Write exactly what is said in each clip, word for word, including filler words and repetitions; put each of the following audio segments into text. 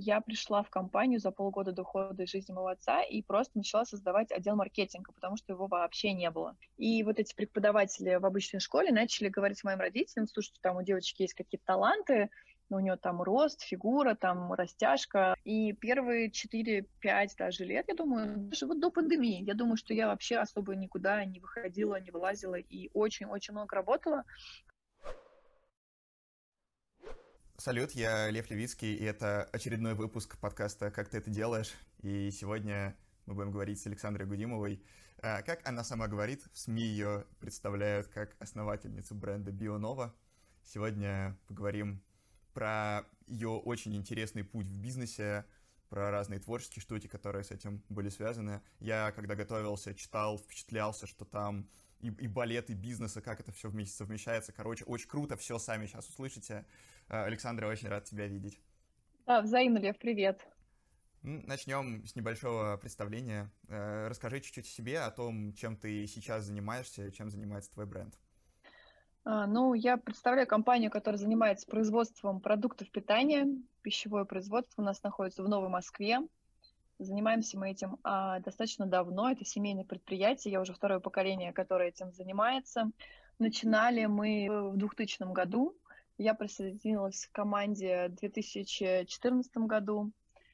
я пришла в компанию за полгода до ухода из жизни моего отца и просто начала создавать отдел маркетинга, потому что его вообще не было. И вот эти преподаватели в обычной школе начали говорить моим родителям: слушайте, там у девочки есть какие-то таланты, но у нее там рост, фигура, там растяжка. И первые четыре-пять даже лет, я думаю, даже вот до пандемии, я думаю, что я вообще особо никуда не выходила, не вылазила и очень-очень много работала. Салют, я Лев Левицкий, и это очередной выпуск подкаста «Как ты это делаешь?». И сегодня мы будем говорить с Александрой Гудимовой. Как она сама говорит, в СМИ ее представляют как основательницу бренда Bionova. Сегодня поговорим про ее очень интересный путь в бизнесе, про разные творческие штуки, которые с этим были связаны. Я, когда готовился, читал, впечатлялся, что там и, и балет, и бизнес, и как это все вместе совмещается. Короче, очень круто, все сами сейчас услышите. Александра, очень рад тебя видеть. Да, взаимно, Лев, привет. Начнем с небольшого представления. Расскажи чуть-чуть о себе, о том, чем ты сейчас занимаешься, чем занимается твой бренд. А, ну, я представляю компанию, которая занимается производством продуктов питания. Пищевое производство у нас находится в Новой Москве. Занимаемся мы этим а, достаточно давно. Это семейное предприятие. Я уже второе поколение, которое этим занимается. Начинали мы в двухтысячном году. Я присоединилась к команде в две тысячи четырнадцатом году.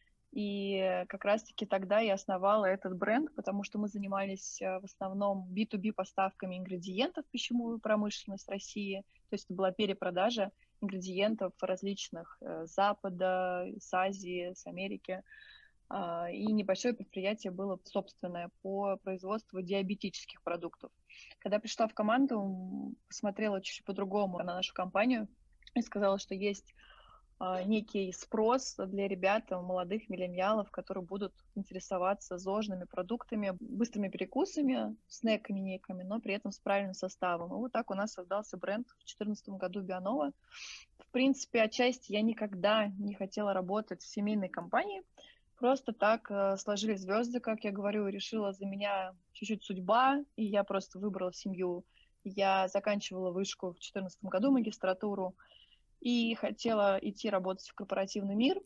И как раз-таки тогда я основала этот бренд, потому что мы занимались в основном би ту би поставками ингредиентов в пищевую промышленность России. То есть это была перепродажа ингредиентов различных с Запада, с Азии, с Америки. И небольшое предприятие было собственное по производству диабетических продуктов. Когда пришла в команду, посмотрела чуть-чуть по-другому на нашу компанию и сказала, что есть некий спрос для ребят, молодых миллениалов, которые будут интересоваться зожными продуктами, быстрыми перекусами, снеками некими, но при этом с правильным составом. И вот так у нас создался бренд в две тысячи четырнадцатом году Bionova. В принципе, отчасти я никогда не хотела работать в семейной компании. Просто так сложились звезды, как я говорю, решила за меня чуть-чуть судьба, и я просто выбрала семью. Я заканчивала вышку в две тысячи четырнадцатом году, магистратуру, и хотела идти работать в корпоративный мир.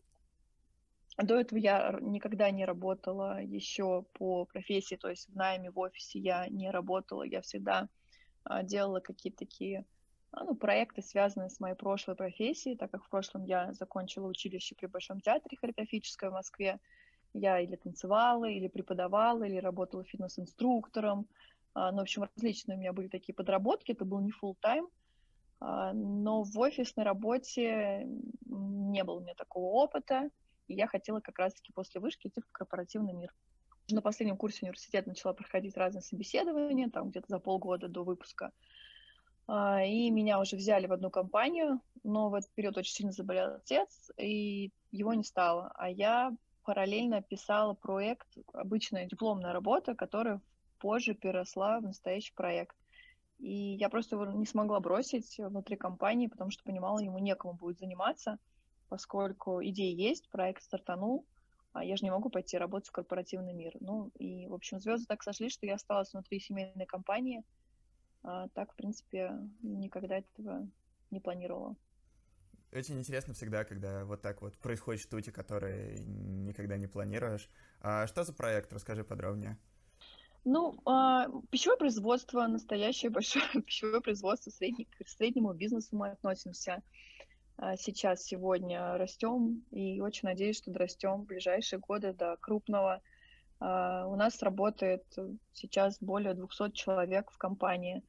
До этого я никогда не работала еще по профессии, то есть в найме, в офисе я не работала. Я всегда делала какие-то такие ну, проекты, связанные с моей прошлой профессией, так как в прошлом я закончила училище при Большом театре хореографическое в Москве. Я или танцевала, или преподавала, или работала фитнес-инструктором. Ну, в общем, различные у меня были такие подработки, это был не full-time. Но в офисной работе не было у меня такого опыта, и я хотела как раз-таки после вышки идти в корпоративный мир. На последнем курсе университета начала проходить разные собеседования, там где-то за полгода до выпуска, и меня уже взяли в одну компанию, но в этот период очень сильно заболел отец, и его не стало. А я параллельно писала проект, обычная дипломная работа, которая позже переросла в настоящий проект. И я просто его не смогла бросить внутри компании, потому что понимала, ему некому будет заниматься, поскольку идея есть, проект стартанул, а я же не могу пойти работать в корпоративный мир. Ну, и, в общем, звезды так сошлись, что я осталась внутри семейной компании. А так, в принципе, никогда этого не планировала. Очень интересно всегда, когда вот так вот происходят штуки, которые никогда не планируешь. А что за проект? Расскажи подробнее. Ну, пищевое производство, настоящее большое пищевое производство, средний, к среднему бизнесу мы относимся. Сейчас, сегодня растем, и очень надеюсь, что дорастем в ближайшие годы до крупного. У нас работает сейчас более двухсот человек в компании.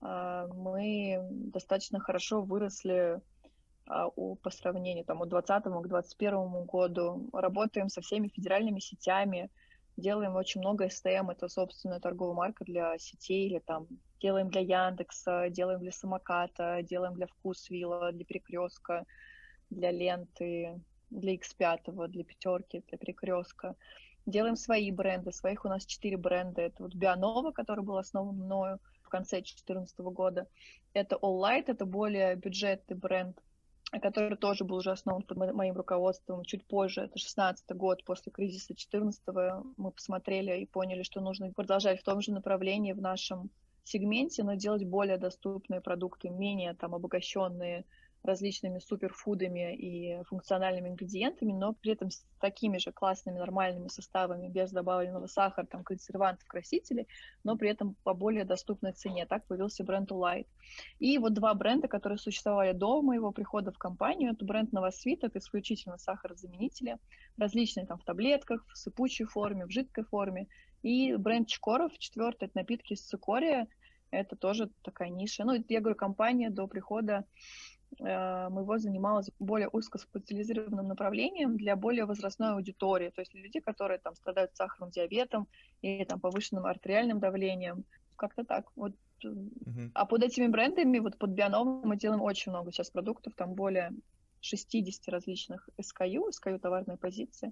Мы достаточно хорошо выросли по сравнению там, от двадцатого к двадцать первому году. Работаем со всеми федеральными сетями, делаем очень много эс тэ эм, это собственная торговая марка для сетей, или там делаем для Яндекса, делаем для Самоката, делаем для Вкусвилла, для Перекрестка, для Ленты, для икс пять, для Пятерки, для Перекрестка. Делаем свои бренды, своих у нас четыре бренда. Это вот Bionova, который был основан мною в конце две тысячи четырнадцатого года. Это All Light, это более бюджетный бренд, который тоже был уже основан под моим руководством чуть позже, это шестнадцатый год, после кризиса четырнадцатого мы посмотрели и поняли, что нужно продолжать в том же направлении в нашем сегменте, но делать более доступные продукты, менее там обогащенные различными суперфудами и функциональными ингредиентами, но при этом с такими же классными нормальными составами, без добавленного сахара, там, консервантов, красителей, но при этом по более доступной цене. Так появился бренд Улайт. И вот два бренда, которые существовали до моего прихода в компанию, это бренд Новосвит, это исключительно сахарозаменители, различные там в таблетках, в сыпучей форме, в жидкой форме, и бренд Чкоров, четвертый, это напитки из цикория, это тоже такая ниша. Ну, я говорю, компания до прихода моего занималась более узкоспециализированным направлением для более возрастной аудитории, то есть люди, которые там страдают сахарным диабетом или там повышенным артериальным давлением, как-то так. Вот. Uh-huh. А под этими брендами, вот под Бионовым мы делаем очень много сейчас продуктов, там более шестьдесят различных эс кей ю, эс кей ю товарной позиции,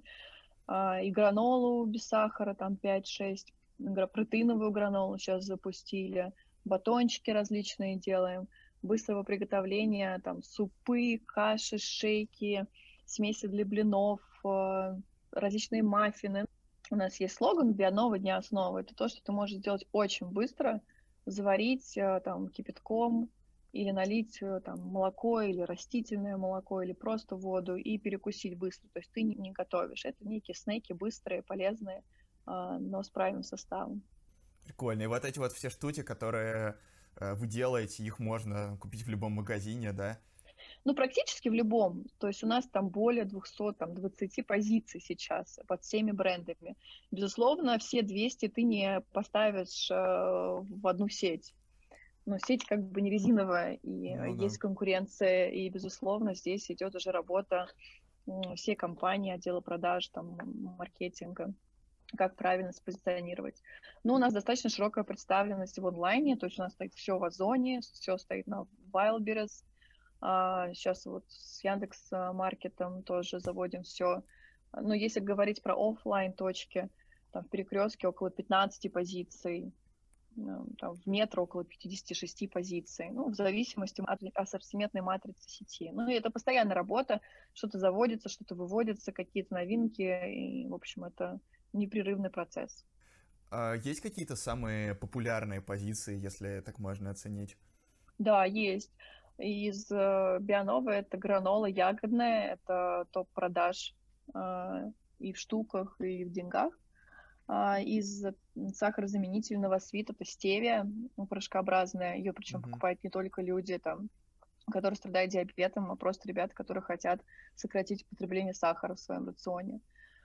и гранолу без сахара, там пять-шесть, протеиновую гранолу сейчас запустили, батончики различные делаем, быстрого приготовления, там, супы, каши, шейки, смеси для блинов, различные маффины. У нас есть слоган «Бионова дня основы». Это то, что ты можешь сделать очень быстро, заварить там кипятком или налить там молоко или растительное молоко или просто воду и перекусить быстро. То есть ты не готовишь. Это некие снеки быстрые, полезные, но с правильным составом. Прикольно. И вот эти вот все штуки, которые вы делаете, их можно купить в любом магазине, да? Ну, практически в любом. То есть у нас там более двухсот двадцати позиций сейчас под всеми брендами. Безусловно, все двести ты не поставишь э, в одну сеть. Но сеть как бы не резиновая, и ну, есть да. конкуренция, и, безусловно, здесь идет уже работа всей компании, отдела продаж, там, маркетинга, как правильно спозиционировать. Ну, у нас достаточно широкая представленность в онлайне, то есть у нас стоит все в Озоне, все стоит на Wildberries. А, сейчас вот с Яндекс.Маркетом тоже заводим все. Но если говорить про офлайн точки, там в Перекрестке около пятнадцати позиций, там, в Метро около пятидесяти шести позиций, ну, в зависимости от ассортиментной матрицы сети. Ну, и это постоянная работа, что-то заводится, что-то выводится, какие-то новинки, и, в общем, это непрерывный процесс. А есть какие-то самые популярные позиции, если так можно оценить? Да, есть. Из э, Бионова это гранола ягодная, это топ продаж э, и в штуках, и в деньгах. Uh, из сахарозаменительного свита это стевия, ну, порошкообразная, ее причем uh-huh. покупают не только люди, там, которые страдают диабетом, а просто ребята, которые хотят сократить употребление сахара в своем рационе.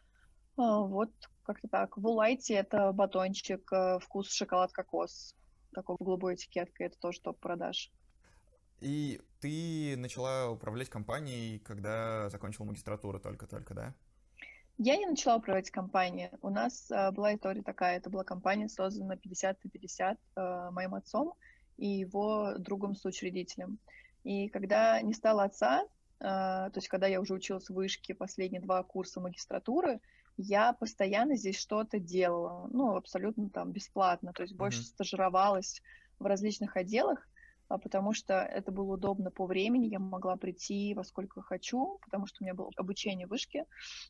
Uh, вот как-то так. В Улайте это батончик, uh, вкус шоколад-кокос, такой голубой этикеткой, это тоже топ продаж. И ты начала управлять компанией, когда закончила магистратуру только-только, да? Я не начала управлять компанией. У нас uh, была история такая. Это была компания, создана пятьдесят на пятьдесят uh, моим отцом и его другом-соучредителем. И когда не стало отца, uh, то есть когда я уже училась в вышке последние два курса магистратуры, я постоянно здесь что-то делала. Ну, абсолютно там бесплатно. То есть больше mm-hmm. стажировалась в различных отделах, потому что это было удобно по времени, я могла прийти во сколько хочу, потому что у меня было обучение в вышке,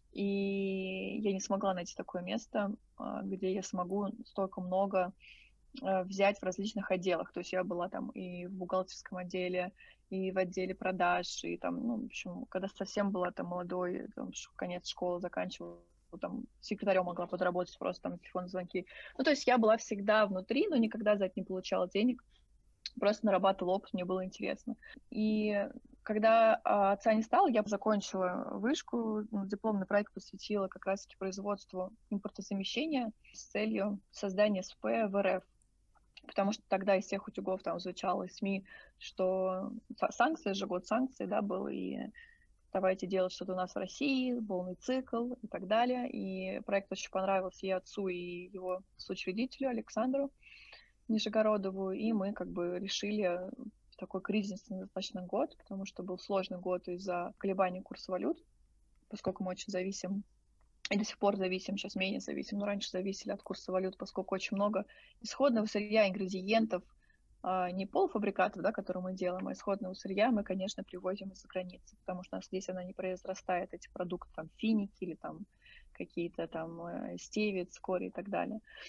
и я не смогла найти такое место, где я смогу столько много взять в различных отделах. То есть я была там и в бухгалтерском отделе, и в отделе продаж, и там, ну, в общем, когда совсем была там молодой, там, конец школы заканчивала, там, секретарем могла подработать, просто там телефонные звонки. Ну, то есть я была всегда внутри, но никогда за это не получала денег. Просто нарабатывала опыт, мне было интересно. И когда а, отца не стало, я закончила вышку, ну, дипломный проект посвятила как раз-таки производству импортозамещения с целью создания эс пэ в эр эф. Потому что тогда из всех утюгов там звучало из СМИ, что санкции, же год санкций, да, был, и давайте делать что-то у нас в России, полный цикл и так далее. И проект очень понравился и отцу, и его соучредителю Александру Нижегородову, и мы как бы решили в такой кризисный достаточно год, потому что был сложный год из-за колебаний курса валют, поскольку мы очень зависим, и до сих пор зависим, сейчас менее зависим, но раньше зависели от курса валют, поскольку очень много исходного сырья, ингредиентов, не полуфабрикатов, да, которые мы делаем, а исходного сырья мы, конечно, привозим из-за границы, потому что у нас здесь она не произрастает, эти продукты, там, финики или там какие-то там стевия, цикорий и так далее.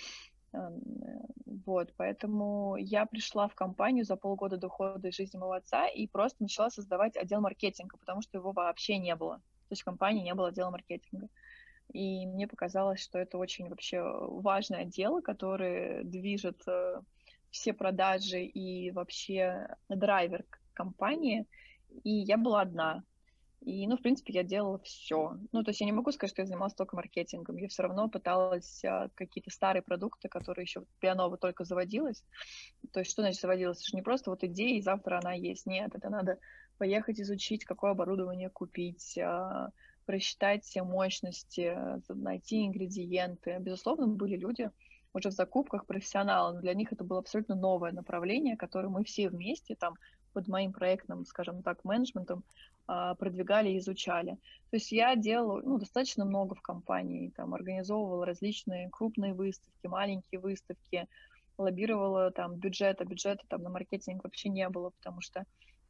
Вот, поэтому я пришла в компанию за полгода до ухода из жизни моего отца и просто начала создавать отдел маркетинга, потому что его вообще не было. То есть в компании не было отдела маркетинга. И мне показалось, что это очень вообще важное отдел, который движет все продажи и вообще драйвер компании. И я была одна. И, ну, в принципе, я делала все. Ну, то есть я не могу сказать, что я занималась только маркетингом. Я все равно пыталась а, какие-то старые продукты, которые еще Пианова только заводилась. То есть что значит заводилась? Это же не просто вот идея, и завтра она есть. Нет, это надо поехать изучить, какое оборудование купить, а, просчитать все мощности, найти ингредиенты. Безусловно, были люди уже в закупках профессионалы, но для них это было абсолютно новое направление, которое мы все вместе там под моим проектным, скажем так, менеджментом продвигали и изучали. То есть я делала ну, достаточно много в компании, там, организовывала различные крупные выставки, маленькие выставки, лоббировала там бюджет, а бюджета там на маркетинг вообще не было, потому что,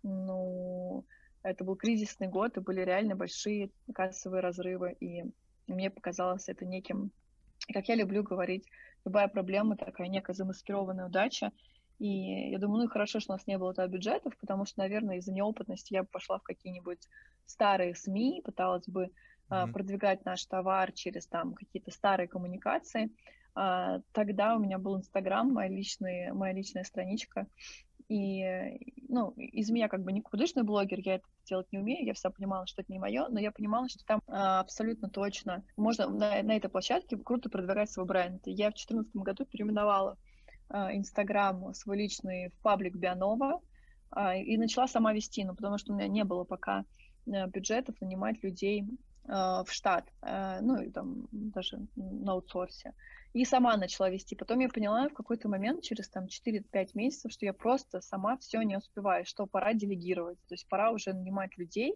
ну, это был кризисный год, и были реально большие кассовые разрывы, и мне показалось это неким, как я люблю говорить, любая проблема такая некая замаскированная удача. И я думаю, ну и хорошо, что у нас не было тогда бюджетов, потому что, наверное, из-за неопытности я бы пошла в какие-нибудь старые СМИ, пыталась бы mm-hmm. uh, продвигать наш товар через там какие-то старые коммуникации. Uh, тогда у меня был Инстаграм, моя личная, моя личная страничка. И, ну, из меня как бы никудышный блогер, я это делать не умею, я всегда понимала, что это не мое, но я понимала, что там а, абсолютно точно можно на, на этой площадке круто продвигать свой бренд. И я в две тысячи четырнадцатом году переименовала Инстаграм а, свой личный в паблик Бианова а, и начала сама вести, ну, потому что у меня не было пока а, бюджетов нанимать людей а, в штат, а, ну, и там даже на аутсорсе. И сама начала вести. Потом я поняла в какой-то момент, через там четыре-пять месяцев, что я просто сама все не успеваю, что пора делегировать. То есть пора уже нанимать людей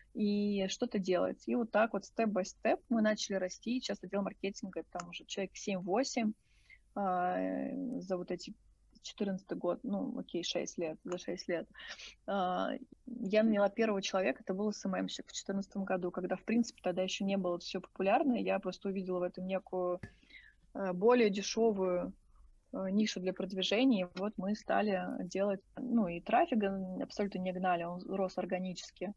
и что-то делать. И вот так вот степ-бай-степ мы начали расти. Сейчас отдел маркетинга, там уже человек семь-восемь а, за вот эти четырнадцатый год, ну, окей, шесть лет, за шесть лет. А, я наняла первого человека, это был эс эм эм-щик в четырнадцатом году, когда, в принципе, тогда еще не было все популярно, я просто увидела в этом некую более дешевую нишу для продвижения. И вот мы стали делать, ну и трафига абсолютно не гнали, он рос органически.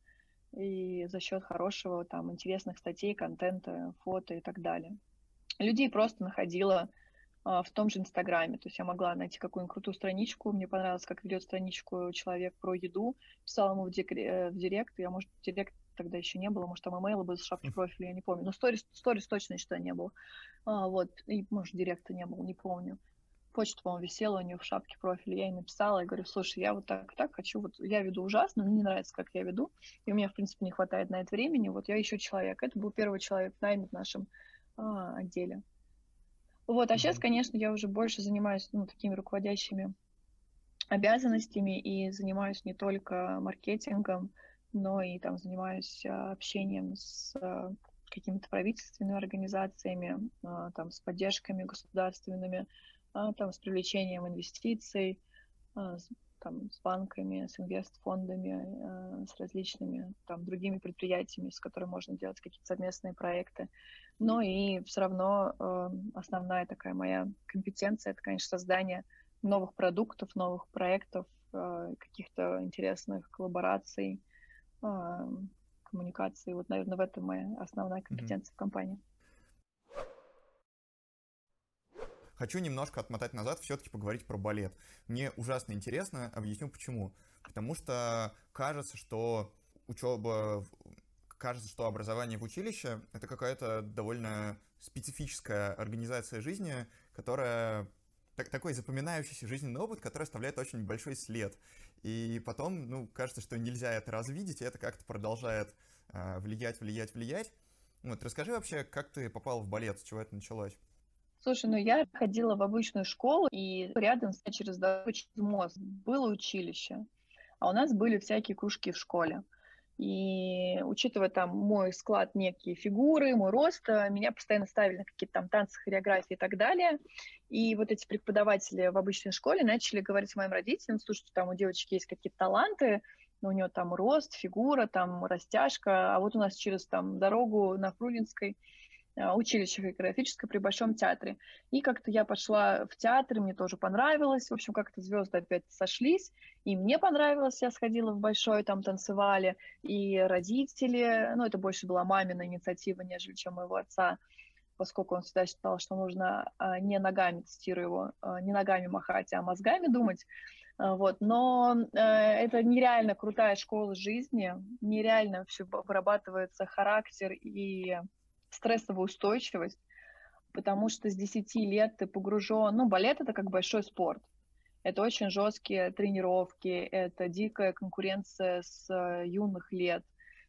И за счет хорошего, там, интересных статей, контента, фото и так далее. Людей просто находила а, в том же Инстаграме. То есть я могла найти какую-нибудь крутую страничку. Мне понравилось, как ведет страничку человек про еду. Писала ему в, дик- в директ. Я, может, директ тогда еще не было. Может, там имейл был в шапке профиля, я не помню. Но сторис, сторис точно что не было. А, вот. И, может, директа не было, не помню. Почта, по-моему, висела у нее в шапке профиля. Я ей написала и говорю, слушай, я вот так так хочу, вот я веду ужасно, мне не нравится, как я веду, и у меня, в принципе, не хватает на это времени, вот я ищу человека. Это был первый человек найм в нашем а, отделе. Вот, а mm-hmm. сейчас, конечно, я уже больше занимаюсь, ну, такими руководящими обязанностями и занимаюсь не только маркетингом, но и там занимаюсь а, общением с а, какими-то правительственными организациями, а, там, с поддержками государственными, а, там, с привлечением инвестиций, а, с, там, с банками, с инвестфондами, а, с различными там, другими предприятиями, с которыми можно делать какие-то совместные проекты. Но и все равно а, основная такая моя компетенция — это, конечно, создание новых продуктов, новых проектов, а, каких-то интересных коллабораций, а, коммуникации. Вот, наверное, в этом моя основная компетенция mm-hmm. в компании. Хочу немножко отмотать назад, все-таки поговорить про балет. Мне ужасно интересно, объясню почему. Потому что кажется, что учеба, кажется, что образование в училище — это какая-то довольно специфическая организация жизни, которая так, такой запоминающийся жизненный опыт, который оставляет очень большой след. И потом, ну, кажется, что нельзя это развидеть, и это как-то продолжает э, влиять, влиять, влиять. Вот, расскажи вообще, как ты попал в балет, с чего это началось? Слушай, ну я ходила в обычную школу, и рядом через дорогу, через мост было училище, а у нас были всякие кружки в школе. И учитывая там мой склад, некие фигуры, мой рост, меня постоянно ставили на какие-то там танцы, хореографии и так далее. И вот эти преподаватели в обычной школе начали говорить моим родителям: слушайте, там у девочки есть какие-то таланты, у нее там рост, фигура, там растяжка, а вот у нас через там дорогу на Фрунзенской училище хореографическое при Большом театре. И как-то я пошла в театр, мне тоже понравилось. В общем, как-то звезды опять сошлись. И мне понравилось, я сходила в Большой, там танцевали. И родители, ну, это больше была мамина инициатива, нежели чем моего отца, поскольку он всегда считал, что нужно а, не ногами, цитирую его, а, не ногами махать, а мозгами думать. А, вот. Но э, это нереально крутая школа жизни, нереально вообще вырабатывается характер и стрессовая устойчивость, потому что с десяти лет ты погружен... Ну, балет — это как большой спорт. Это очень жесткие тренировки, это дикая конкуренция с э, юных лет.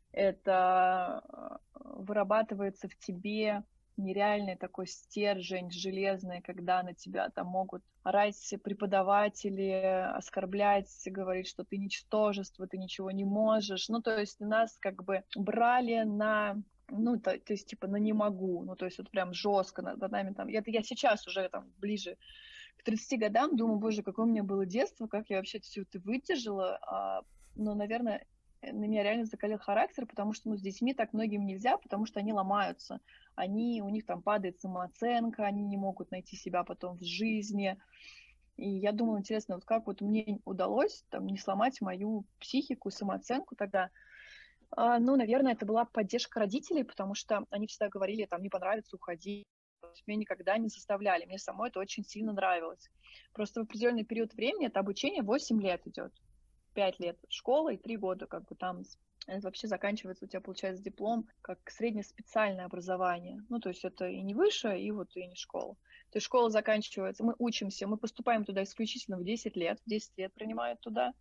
Это э, вырабатывается в тебе нереальный такой стержень железный, когда на тебя там могут орать преподаватели, оскорблять, говорить, что ты ничтожество, ты ничего не можешь. Ну, то есть нас как бы брали на... Ну, то, то есть, типа, на не могу. Ну, то есть, вот прям жестко над нами там. Это я сейчас уже там ближе к тридцати годам думаю, боже, какое у меня было детство, как я вообще все это выдержала. А, но, наверное, на меня реально закалил характер, потому что, ну, с детьми так многим нельзя, потому что они ломаются. Они, у них там падает самооценка, они не могут найти себя потом в жизни. И я думала, интересно, вот как вот мне удалось там не сломать мою психику, самооценку тогда. А, ну, наверное, это была поддержка родителей, потому что они всегда говорили, там, не понравится, уходи. Меня никогда не заставляли. Мне самой это очень сильно нравилось. Просто в определенный период времени это обучение восемь лет идет. пять лет школа и три года как бы там это вообще заканчивается, у тебя получается диплом как среднеспециальное образование. Ну, то есть это и не высшее, и вот и не школа. То есть школа заканчивается, мы учимся, мы поступаем туда исключительно в десять лет, в десять лет принимают туда.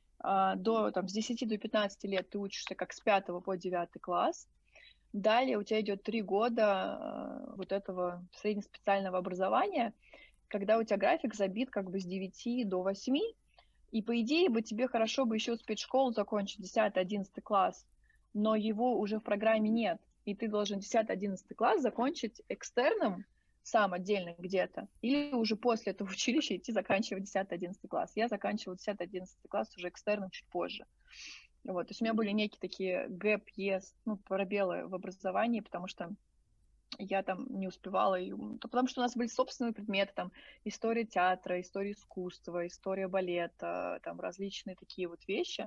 До, там, с десяти до пятнадцати лет ты учишься как с пятого по девятый класс. Далее у тебя идет три года вот этого среднеспециального образования, когда у тебя график забит как бы с девяти до восьми, и по идее бы тебе хорошо бы еще успеть школу закончить, десятый-одиннадцатый класс, но его уже в программе нет, и ты должен десятый-одиннадцатый класс закончить экстерном, сам отдельно где-то, или уже после этого училища идти заканчивать десятый-одиннадцатый класс. Я заканчивала десятый-одиннадцатый класс уже экстерном чуть позже. Вот, то есть у меня были некие такие gap years, ну, пробелы в образовании, потому что я там не успевала, и, потому что у нас были собственные предметы, там, история театра, история искусства, история балета, там, различные такие вот вещи.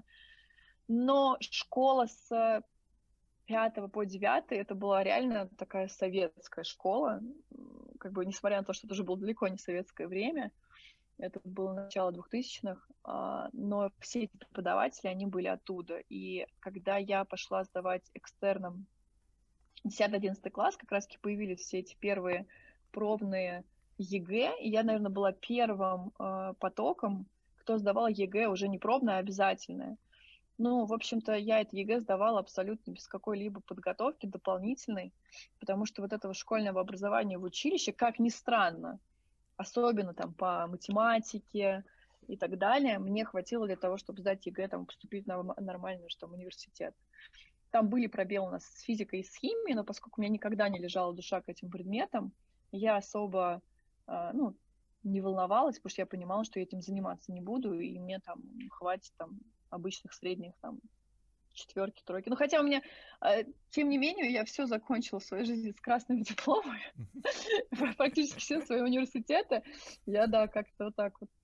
Но школа с пятого по девятый, это была реально такая советская школа, как бы, несмотря на то, что это уже было далеко не советское время, это было начало двухтысячных, но все эти преподаватели, они были оттуда. И когда я пошла сдавать экстерном десятый-одиннадцатый класс, как раз-таки появились все эти первые пробные ЕГЭ, и я, наверное, была первым потоком, кто сдавал ЕГЭ уже не пробное, а обязательное. Ну, в общем-то, я это ЕГЭ сдавала абсолютно без какой-либо подготовки дополнительной, потому что вот этого школьного образования в училище, как ни странно, особенно там по математике и так далее, мне хватило для того, чтобы сдать ЕГЭ, там, поступить на нормальный что, университет. Там были пробелы у нас с физикой и с химией, но поскольку у меня никогда не лежала душа к этим предметам, я особо, ну, не волновалась, потому что я понимала, что я этим заниматься не буду, и мне там хватит там обычных средних там четверки, тройки. Ну, хотя у меня, тем не менее, я все закончила в своей жизни с красными дипломами. Практически все свои университеты. Я, да, как-то вот так вот.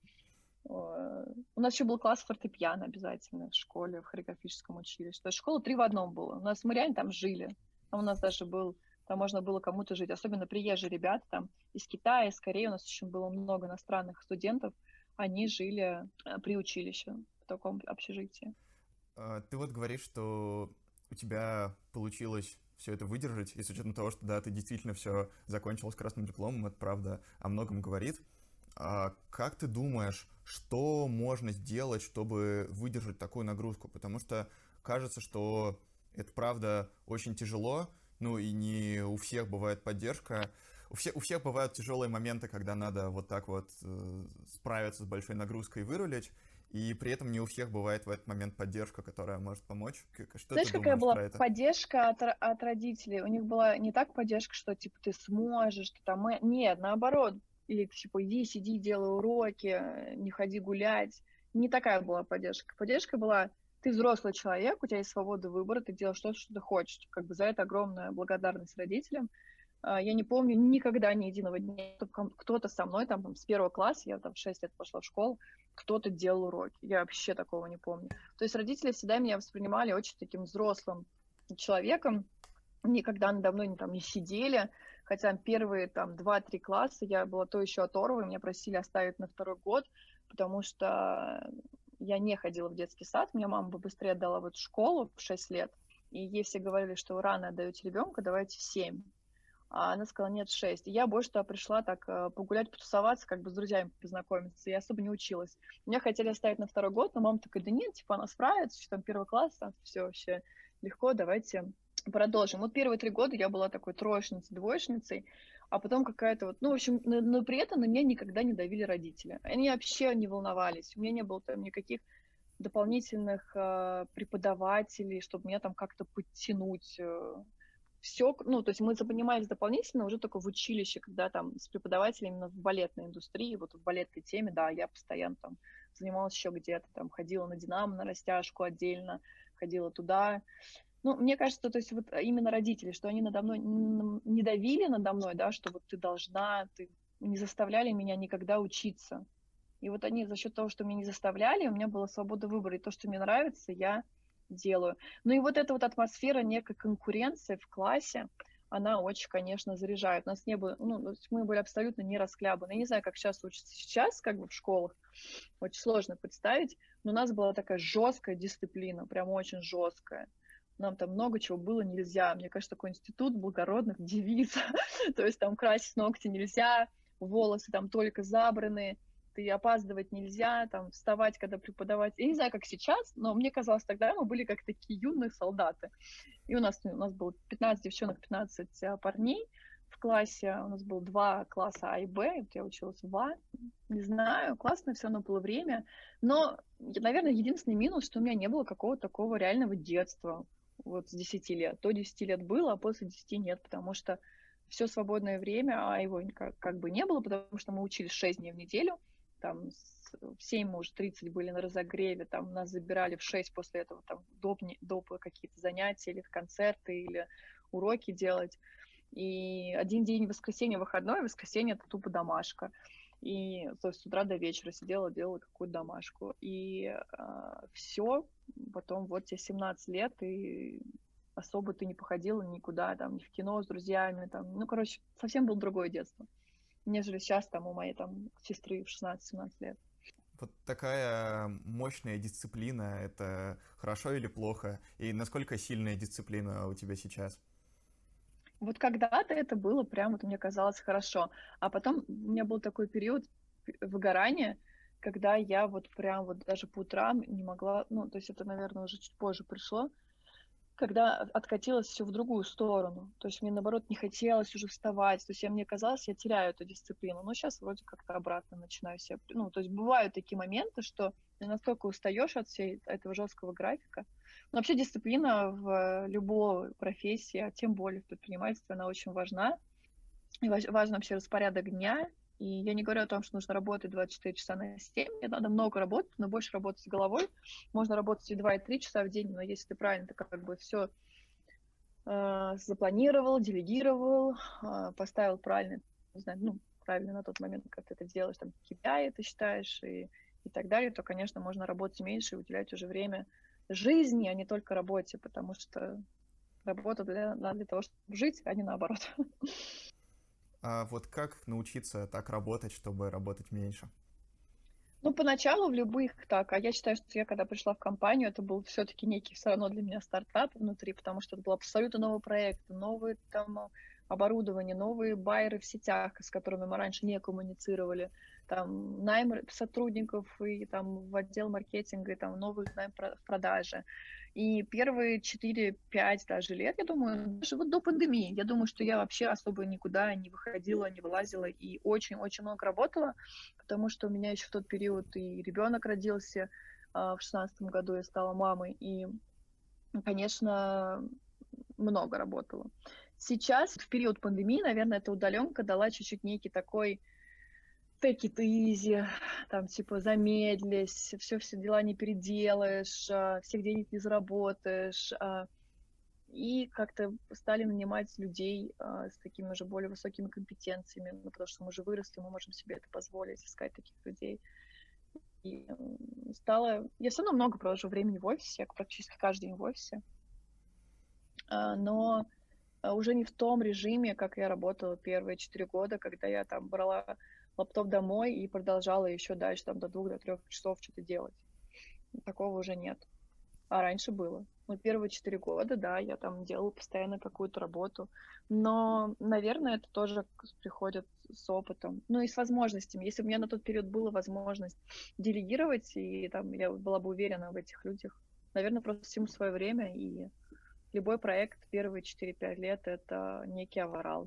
У нас еще был класс фортепиано обязательно в школе, в хореографическом училище. То есть школа три в одном была. У нас мы реально там жили. Там у нас даже был, там можно было кому-то жить. Особенно приезжие ребята там из Китая, из Кореи. У нас еще было много иностранных студентов. Они жили при училище в таком общежитии. Ты вот говоришь, что у тебя получилось все это выдержать, и с учетом того, что, да, ты действительно все закончила с красным дипломом, это правда о многом говорит. А как ты думаешь, что можно сделать, чтобы выдержать такую нагрузку? Потому что кажется, что это правда очень тяжело, ну и не у всех бывает поддержка. У всех, у всех бывают тяжелые моменты, когда надо вот так вот э, справиться с большой нагрузкой и вырулить. И при этом не у всех бывает в этот момент поддержка, которая может помочь. Что Знаешь, ты какая думаешь была про это? поддержка от, от родителей? У них была не так поддержка, что типа ты сможешь, ты там... Нет, наоборот. Или типа иди, сиди, делай уроки, не ходи гулять. Не такая была поддержка. Поддержка была: ты взрослый человек, у тебя есть свобода выбора, ты делаешь то, что ты хочешь. Как бы за это огромная благодарность родителям. А, Я не помню никогда ни единого дня, чтобы ком- кто-то со мной там, там, с первого класса, я там в шесть лет пошла в школу, кто-то делал уроки. Я вообще такого не помню. То есть родители всегда меня воспринимали очень таким взрослым человеком, никогда надо мной не, там, не сидели, хотя первые там два-три класса я была то еще оторвой, меня просили оставить на второй год, потому что я не ходила в детский сад, меня мама бы быстрее отдала в эту школу в шесть лет, и ей все говорили, что вы рано отдаете ребенка, давайте в семь. А она сказала, нет, шесть. И я больше туда пришла так э, погулять, потусоваться, как бы с друзьями познакомиться. Я особо не училась. Меня хотели оставить на второй год, но мама такая, да нет, типа она справится, что там первый класс, там все вообще легко, давайте продолжим. Вот первые три года я была такой троечницей, двоечницей, а потом какая-то вот, ну, в общем, но, но при этом на меня никогда не давили родители. Они вообще не волновались, у меня не было там никаких дополнительных э, преподавателей, чтобы меня там как-то подтянуть. Э, все, ну, то есть мы занимались дополнительно уже только в училище, когда там с преподавателями именно в балетной индустрии, вот в балетной теме, да, я постоянно там занималась еще где-то, там ходила на Динамо, на растяжку отдельно, ходила туда. Ну, мне кажется, то есть вот именно родители, что они надо мной не давили надо мной, да, что вот ты должна, ты не заставляли меня никогда учиться. И вот они за счет того, что меня не заставляли, у меня была свобода выбора, и то, что мне нравится, я делаю. Ну и вот эта вот атмосфера некой конкуренции в классе, она очень, конечно, заряжает. У нас не было, ну, то есть мы были абсолютно не расхлябаны. Я не знаю, как сейчас учатся сейчас, как бы в школах, очень сложно представить, но у нас была такая жесткая дисциплина, прям очень жесткая. Нам там много чего было нельзя. Мне кажется, такой институт благородных девиц. То есть там красить ногти нельзя, волосы там только забраны, ты опаздывать нельзя, там, вставать, когда преподаватель... Я не знаю, как сейчас, но мне казалось, тогда мы были как такие юные солдаты. И у нас, у нас было пятнадцать девчонок, пятнадцать парней в классе. У нас было два класса А и Б, вот я училась в А. Не знаю, классное все равно было время. Но, наверное, единственный минус, что у меня не было какого-то такого реального детства. Вот с десяти лет. До десяти лет было, а после десяти нет, потому что все свободное время, а его как, как бы не было, потому что мы учились шесть дней в неделю, там в семь мы уже тридцать были на разогреве, там нас забирали в шесть после этого, там доп, доп какие-то занятия или концерты, или уроки делать. И один день воскресенье выходной, воскресенье это тупо домашка. И то есть с утра до вечера сидела, делала какую-то домашку. И э, все, потом вот тебе семнадцать лет, и особо ты не походила никуда, там, ни в кино с друзьями, там, ну, короче, совсем было другое детство, нежели сейчас там у моей там сестры в шестнадцать-семнадцать лет. Вот такая мощная дисциплина, это хорошо или плохо? И насколько сильная дисциплина у тебя сейчас? Вот когда-то это было прям, вот мне казалось хорошо, а потом у меня был такой период выгорания, когда я вот прям вот даже по утрам не могла, ну, то есть это, наверное, уже чуть позже пришло, когда откатилось все в другую сторону. То есть мне, наоборот, не хотелось уже вставать. То есть я, мне казалось, я теряю эту дисциплину. Но сейчас вроде как-то обратно начинаю себя... Ну, то есть бывают такие моменты, что ты настолько устаешь от всей этого жесткого графика. Но вообще дисциплина в любой профессии, а тем более в предпринимательстве, она очень важна. И важен вообще распорядок дня. И я не говорю о том, что нужно работать двадцать четыре часа на семь, мне надо много работать, но больше работать с головой. Можно работать и два, и три часа в день, но если ты правильно, ты как бы все э, запланировал, делегировал, э, поставил правильно, не знаю, ну, правильно на тот момент, как ты это делаешь, там, кей пи ай ты считаешь и, и так далее, то, конечно, можно работать меньше и уделять уже время жизни, а не только работе, потому что работа для, для того, чтобы жить, а не наоборот. А вот как научиться так работать, чтобы работать меньше? Ну, поначалу в любых так, а я считаю, что я когда пришла в компанию, это был все-таки некий все равно для меня стартап внутри, потому что это был абсолютно новый проект, новые там оборудование, новые байеры в сетях, с которыми мы раньше не коммуницировали, там найм сотрудников и там в отдел маркетинга, и там новых найм в продаже. И первые четыре-пять даже лет, я думаю, даже вот до пандемии, я думаю, что я вообще особо никуда не выходила, не вылазила и очень-очень много работала, потому что у меня еще в тот период и ребенок родился, в шестнадцатом году я стала мамой, и, конечно, много работала. Сейчас, в период пандемии, наверное, эта удаленка дала чуть-чуть некий такой take it easy, там, типа, замедлись, все, все дела не переделаешь, всех денег не заработаешь. и как-то стали нанимать людей а, с такими уже более высокими компетенциями, ну, потому что мы уже выросли, мы можем себе это позволить, искать таких людей. И м, стало... Я все равно много провожу времени в офисе, я практически каждый день в офисе, а, но а, уже не в том режиме, как я работала первые четыре года, когда я там брала лаптоп домой и продолжала еще дальше там до двух, до трех часов что-то делать. Такого уже нет. А раньше было. Ну, первые четыре года, да, я там делала постоянно какую-то работу. Но, наверное, это тоже к- приходит с опытом. Ну и с возможностями. Если бы у меня на тот период была возможность делегировать, и там я была бы уверена в этих людях, наверное, просто всему свое время, и любой проект первые четыре-пять лет — это некий аврал.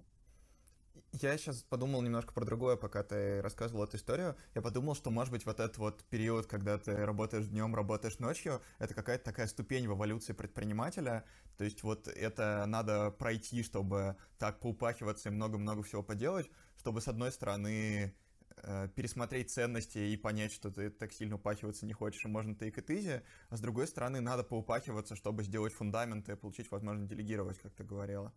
Я сейчас подумал немножко про другое, пока ты рассказывал эту историю. Я подумал, что, может быть, вот этот вот период, когда ты работаешь днем, работаешь ночью, это какая-то такая ступень в эволюции предпринимателя. То есть вот это надо пройти, чтобы так поупахиваться и много-много всего поделать, чтобы, с одной стороны, э, пересмотреть ценности и понять, что ты так сильно упахиваться не хочешь, и можно take it easy, а с другой стороны, надо поупахиваться, чтобы сделать фундамент и получить возможность делегировать, как ты говорила.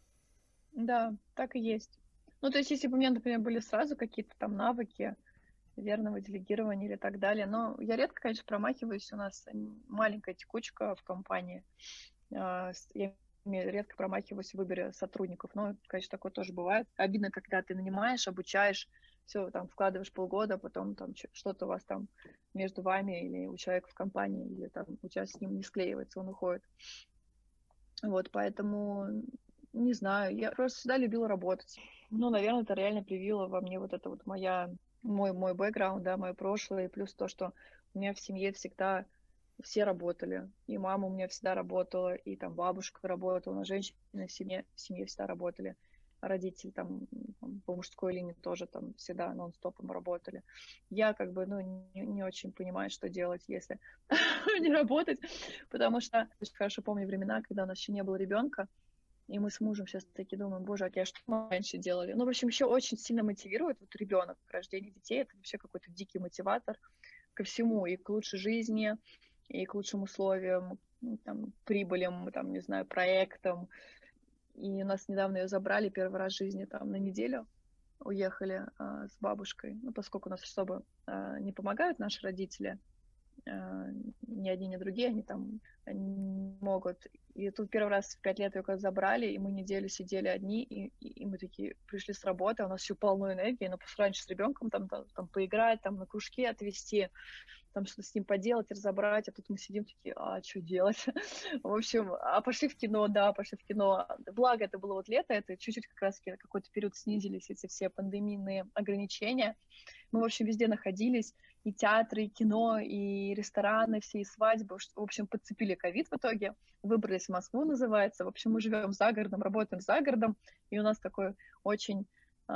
Да, так и есть. Ну, то есть, если бы у меня, например, были сразу какие-то там навыки верного делегирования или так далее, но я редко, конечно, промахиваюсь, у нас м, маленькая текучка в компании, а, с- я ме- редко промахиваюсь в выборе сотрудников, но, конечно, такое тоже бывает. Обидно, когда ты нанимаешь, обучаешь, все, там, вкладываешь полгода, а потом там чё- что-то у вас там между вами или у человека в компании, или там у тебя с ним не склеивается, он уходит. Вот, поэтому, не знаю, я просто всегда любила работать. Ну, наверное, это реально привило во мне вот это вот моя, мой, мой бэкграунд, да, мое прошлое, и плюс то, что у меня в семье всегда все работали. И мама у меня всегда работала, и там бабушка работала, но женщины в семье, в семье всегда работали. А родители там, там по мужской линии тоже там всегда нон-стопом работали. Я как бы, ну, не, не очень понимаю, что делать, если не работать, потому что очень хорошо помню времена, когда у нас еще не было ребенка, и мы с мужем сейчас такие думаем, боже, а я что мы раньше делали? Ну, в общем, еще очень сильно мотивирует вот ребенок, рождение детей, это вообще какой-то дикий мотиватор ко всему, и к лучшей жизни, и к лучшим условиям, ну, там, прибылям, там, не знаю, проектам. И у нас недавно ее забрали первый раз в жизни, там, на неделю уехали а, с бабушкой, ну, поскольку у нас особо а, не помогают наши родители, а, ни одни, ни другие, они там они могут. И тут первый раз в пять лет ее когда забрали, и мы неделю сидели одни, и, и, и мы такие пришли с работы, а у нас еще полно энергии, но после раньше с ребенком там, там, там поиграть, там на кружки отвезти, там что-то с ним поделать, разобрать, а тут мы сидим такие, а что делать? В общем, а пошли в кино, да, пошли в кино. Благо, это было вот лето, это чуть-чуть как раз на какой-то период снизились эти все пандемийные ограничения. Мы, в общем, везде находились, и театры, и кино, и рестораны, все, и свадьбы. В общем, подцепили ковид в итоге, выбрались в Москву, называется. В общем, мы живем за городом, работаем за городом, и у нас такой очень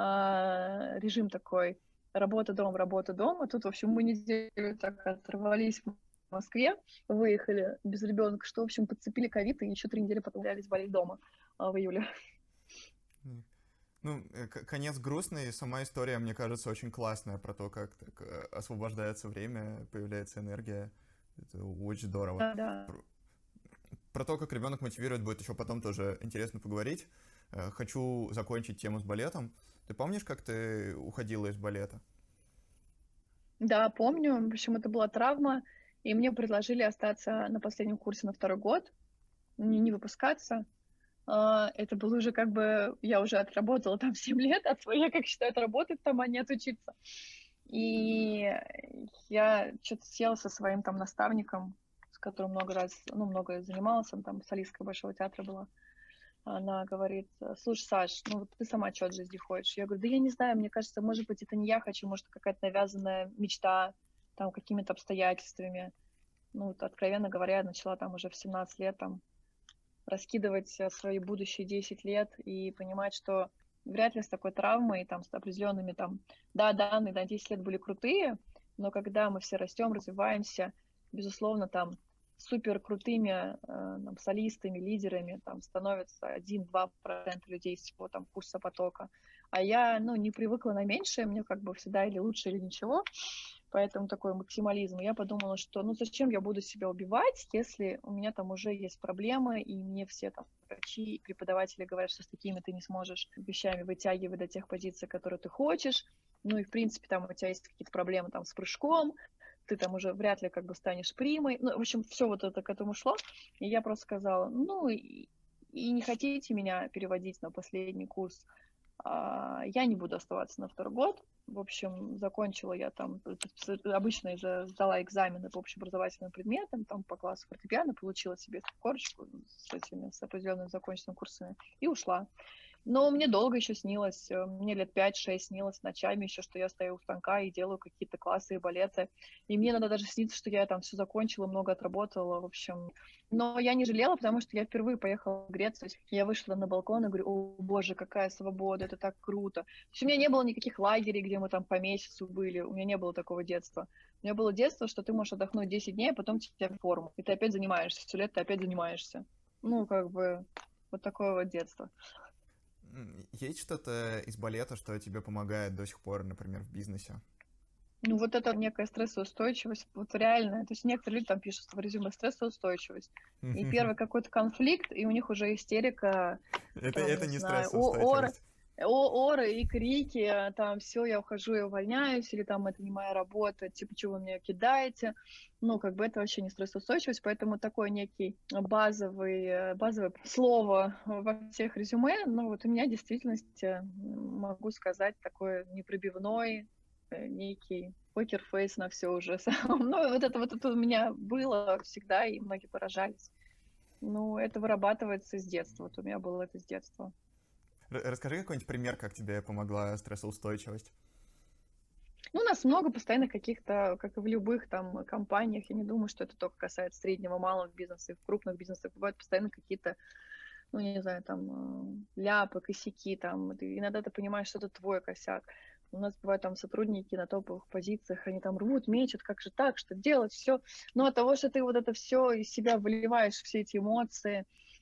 э, режим такой работа-дом, работа-дом. А тут, в общем, мы неделю так оторвались в Москве, выехали без ребенка, что, в общем, подцепили ковид, и еще три недели потом взялись болеть дома а, в июле. Ну, э, к- конец грустный, сама история, мне кажется, очень классная про то, как так э, освобождается время, появляется энергия. Это очень здорово. Да, да. Про, про то, как ребенок мотивирует, будет еще потом тоже интересно поговорить. Э, Хочу закончить тему с балетом. Ты помнишь, как ты уходила из балета? Да, помню. В общем, это была травма, и мне предложили остаться на последнем курсе на второй год, не, не выпускаться. А, Это было уже как бы... Я уже отработала там семь лет, а я как считаю, отработать там, а не отучиться. И я что-то села со своим там наставником, с которым много раз, ну, много занималась, он там солисткой Большого театра была. Она говорит, слушай, Саш, ну вот ты сама что от жизни хочешь? Я говорю, да я не знаю, мне кажется, может быть, это не я хочу, может, какая-то навязанная мечта, там, какими-то обстоятельствами. Ну, вот, откровенно говоря, я начала там уже в семнадцать лет там раскидывать э, свои будущие десять лет и понимать, что вряд ли с такой травмой, там, с определенными там, да, данные на десять лет были крутые, но когда мы все растем, развиваемся, безусловно, там супер крутыми э, там, солистами, лидерами там становится один-два процента людей из всего там курса потока. А я, ну, не привыкла на меньшее, мне как бы всегда или лучше, или ничего. поэтому такой максимализм. Я подумала, что ну зачем я буду себя убивать, если у меня там уже есть проблемы, и мне все там врачи и преподаватели говорят, что с такими ты не сможешь вещами вытягивать до тех позиций, которые ты хочешь. Ну и, в принципе, там у тебя есть какие-то проблемы там с прыжком, ты там уже вряд ли как бы станешь примой. Ну, в общем, все вот это к этому шло. И я просто сказала, ну, и, и не хотите меня переводить на последний курс, а, я не буду оставаться на второй год. В общем, закончила я там, обычно я сдала экзамены по общеобразовательным предметам, там по классу фортепиано, получила себе корочку с этими, с определенными законченными курсами и ушла. Но мне долго еще снилось, мне лет пять-шесть снилось ночами еще, что я стою у станка и делаю какие-то классы и балеты. И мне надо даже сниться, что я там все закончила, много отработала, в общем. Но я не жалела, потому что я впервые поехала в Грецию. Я вышла на балкон и говорю, о боже, какая свобода, это так круто. То есть у меня не было никаких лагерей, где мы там по месяцу были, у меня не было такого детства. У меня было детство, что ты можешь отдохнуть десять дней, а потом тебе в форму. И ты опять занимаешься, все лет ты опять занимаешься. Ну, как бы, вот такое вот детство. Есть что-то из балета, что тебе помогает до сих пор, например, в бизнесе? Ну, вот это некая стрессоустойчивость, вот реальная. То есть некоторые люди там пишут в резюме стрессоустойчивость. И первый какой-то конфликт, и у них уже истерика. Это, там, это не знаю, стрессоустойчивость. О, оры и крики, там, все, я ухожу, я увольняюсь, или там, это не моя работа, типа, чего вы меня кидаете. Ну, как бы это вообще не стрессоустойчивость, поэтому такой некий базовый, базовое слово во всех резюме, ну, вот у меня в действительности, могу сказать, такой непробивной, некий покерфейс на все уже. Ну, вот это вот это у меня было всегда, и многие поражались. Ну, это вырабатывается с детства, вот у меня было это с детства. Расскажи какой-нибудь пример, как тебе помогла стрессоустойчивость. Ну, у нас много постоянно каких-то, как и в любых там компаниях, я не думаю, что это только касается среднего, малого бизнеса, и в крупных бизнесах бывают постоянно какие-то, ну, не знаю, там, ляпы, косяки, там, ты, иногда ты понимаешь, что это твой косяк. У нас бывают там сотрудники на топовых позициях, они там рвут, мечут, как же так, что делать, все. Но от того, что ты вот это все из себя выливаешь, все эти эмоции,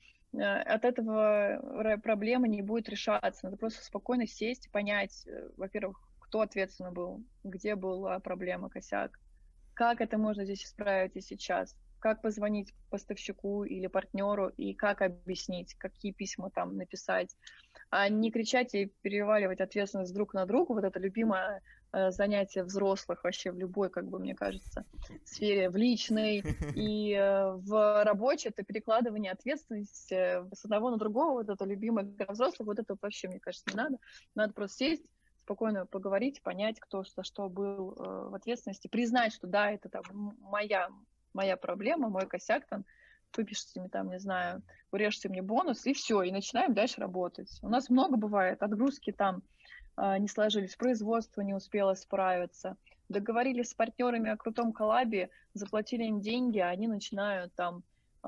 от этого проблема не будет решаться. Надо просто спокойно сесть и понять, во-первых, кто ответственный был, где была проблема, косяк, как это можно здесь исправить и сейчас, как позвонить поставщику или партнеру и как объяснить, какие письма там написать, а не кричать и переваливать ответственность друг на друга. Вот это любимое э, занятие взрослых вообще в любой, как бы, мне кажется, сфере, в личной и э, в рабочей, это перекладывание ответственности с одного на другого, вот это любимое для взрослых, вот это вообще, мне кажется, не надо. Надо просто сесть, спокойно поговорить, понять, кто за что был э, в ответственности, признать, что да, это там моя, моя проблема, мой косяк, там, выпишите мне там, не знаю, урежьте мне бонус, и все, и начинаем дальше работать. У нас много бывает, отгрузки там э, не сложились, производство не успело справиться, договорились с партнерами о крутом коллабе, заплатили им деньги, а они начинают там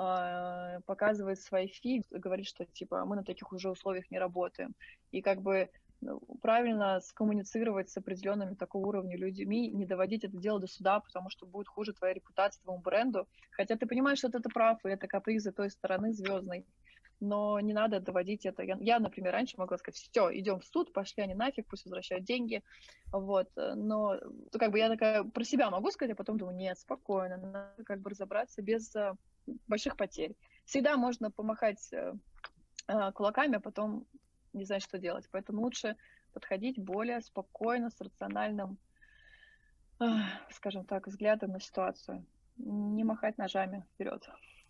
э, показывать свои фи, говорить, что типа мы на таких уже условиях не работаем. И как бы правильно скоммуницировать с определенными такого уровня людьми, не доводить это дело до суда, потому что будет хуже твоя репутация твоему бренду. Хотя ты понимаешь, что ты прав, и это капризы той стороны звездной. Но не надо доводить это. Я, я, например, раньше могла сказать, все, идем в суд, пошли они нафиг, пусть возвращают деньги. Вот. Но ну, как бы я такая про себя могу сказать, а потом думаю, нет, спокойно, надо как бы разобраться без uh, больших потерь. Всегда можно помахать uh, uh, кулаками, а потом не знать, что делать. Поэтому лучше подходить более спокойно, с рациональным, э, скажем так, взглядом на ситуацию. Не махать ножами вперед.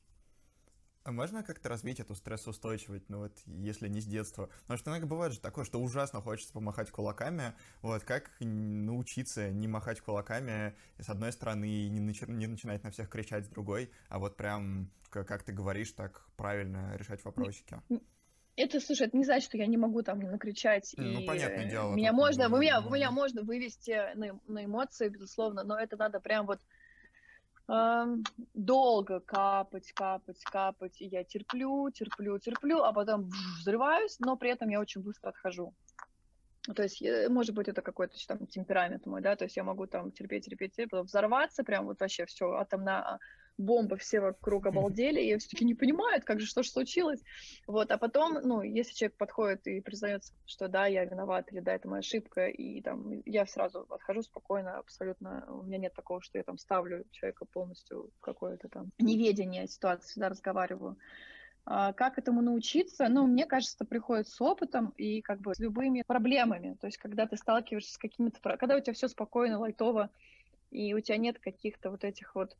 А можно как-то развить эту стрессоустойчивость, ну вот, если не с детства? Потому что иногда бывает же такое, что ужасно хочется помахать кулаками. Вот, как научиться не махать кулаками с одной стороны и не, начи- не начинать на всех кричать с другой, а вот прям, как, как ты говоришь, так правильно решать вопросики? Это, слушай, это не значит, что я не могу там не накричать, ну, и понятное дело, меня тут... можно, вы меня, вы меня можно вывести на, на эмоции, безусловно, но это надо прям вот э, долго капать, капать, капать, и я терплю, терплю, терплю, а потом взрываюсь, но при этом я очень быстро отхожу. То есть, может быть, это какой-то там темперамент мой, да, то есть я могу там терпеть, терпеть, терпеть, потом взорваться, прям вот вообще все, атомная бомба, все вокруг обалдели, и все-таки не понимают, как же, что же случилось. Вот, а потом, ну, если человек подходит и признается, что да, я виноват, или да, это моя ошибка, и там я сразу отхожу спокойно, абсолютно, у меня нет такого, что я там ставлю человека полностью в какое-то там неведение ситуации, всегда разговариваю. А как этому научиться? Ну, мне кажется, это приходит с опытом и как бы с любыми проблемами. То есть, когда ты сталкиваешься с какими-то... Когда у тебя все спокойно, лайтово, и у тебя нет каких-то вот этих вот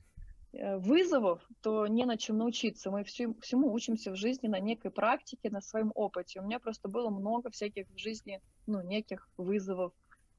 вызовов, то не на чем научиться. Мы всему, всему учимся в жизни на некой практике, на своем опыте. У меня просто было много всяких в жизни, ну, неких вызовов.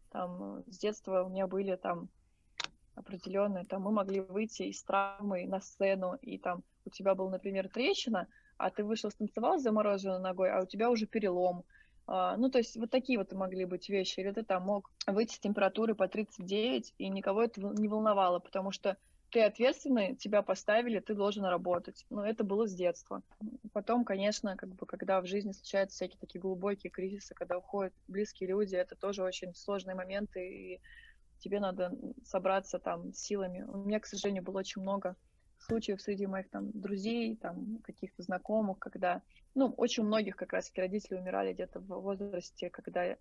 Там с детства у меня были там определенные, там мы могли выйти из травмы на сцену, и там у тебя была, например, трещина, а ты вышел, станцевал с замороженной ногой, а у тебя уже перелом. Uh, ну, то есть вот такие вот могли быть вещи. Или ты там мог выйти с температуры по тридцать девять, и никого это не волновало, потому что ты ответственный, тебя поставили, ты должен работать. Но это было с детства. Потом, конечно, как бы, когда в жизни случаются всякие такие глубокие кризисы, когда уходят близкие люди, это тоже очень сложные моменты, и тебе надо собраться там силами. У меня, к сожалению, было очень много случаев среди моих там друзей, там каких-то знакомых, когда, ну, очень у многих как раз родители умирали где-то в возрасте, когда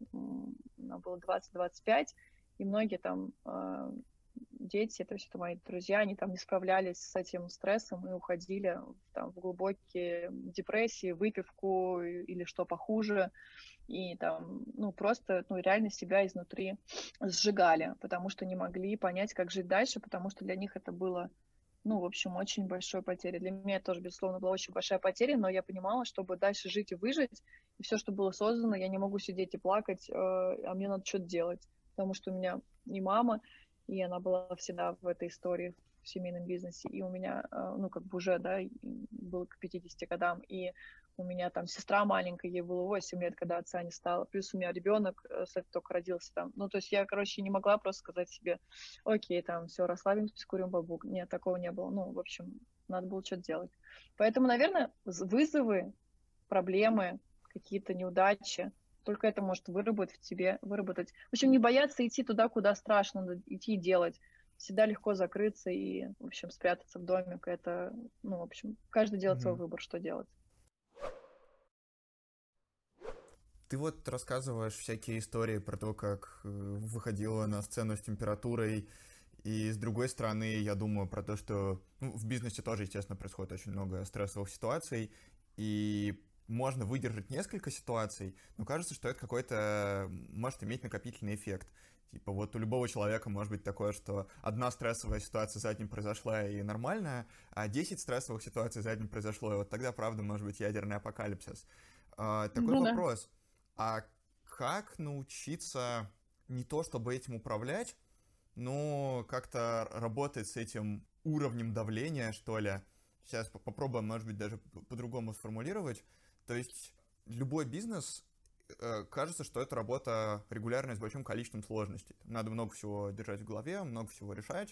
нам было двадцать-двадцать пять, и многие там э, дети, то есть это мои друзья, они там не справлялись с этим стрессом и уходили там в глубокие депрессии, выпивку или что похуже, и там, ну, просто, ну, реально себя изнутри сжигали, потому что не могли понять, как жить дальше, потому что для них это было, ну, в общем, очень большой потерей. Для меня это тоже, безусловно, была очень большая потеря, но я понимала, чтобы дальше жить и выжить, и все, что было создано, я не могу сидеть и плакать, а мне надо что-то делать, потому что у меня и мама, и она была всегда в этой истории, в семейном бизнесе, и у меня, ну, как бы уже, да, было к пятидесяти годам, и у меня там сестра маленькая, ей было восемь лет, когда отца не стало, плюс у меня ребенок, кстати, только родился там. Ну, то есть я, короче, не могла просто сказать себе, окей, там, все, расслабимся, курим бабук. Нет, такого не было. Ну, в общем, надо было что-то делать. Поэтому, наверное, вызовы, проблемы, какие-то неудачи, только это может выработать в тебе, выработать. В общем, не бояться идти туда, куда страшно, надо идти и делать. Всегда легко закрыться и, в общем, спрятаться в домик. Это, ну, в общем, каждый делает mm-hmm. свой выбор, что делать. Ты вот рассказываешь всякие истории про то, как выходила на сцену с температурой, и с другой стороны, я думаю про то, что ну, в бизнесе тоже, естественно, происходит очень много стрессовых ситуаций, и можно выдержать несколько ситуаций, но кажется, что это какой-то может иметь накопительный эффект. Типа вот у любого человека может быть такое, что одна стрессовая ситуация за день произошла и нормальная, а десять стрессовых ситуаций за день произошло, и вот тогда, правда, может быть ядерный апокалипсис. А, такой ну, вопрос. Да. А как научиться не то чтобы этим управлять, но как-то работать с этим уровнем давления, что ли? Сейчас попробуем, может быть, даже по-другому сформулировать. То есть любой бизнес, кажется, что это работа регулярная с большим количеством сложностей. Надо много всего держать в голове, много всего решать.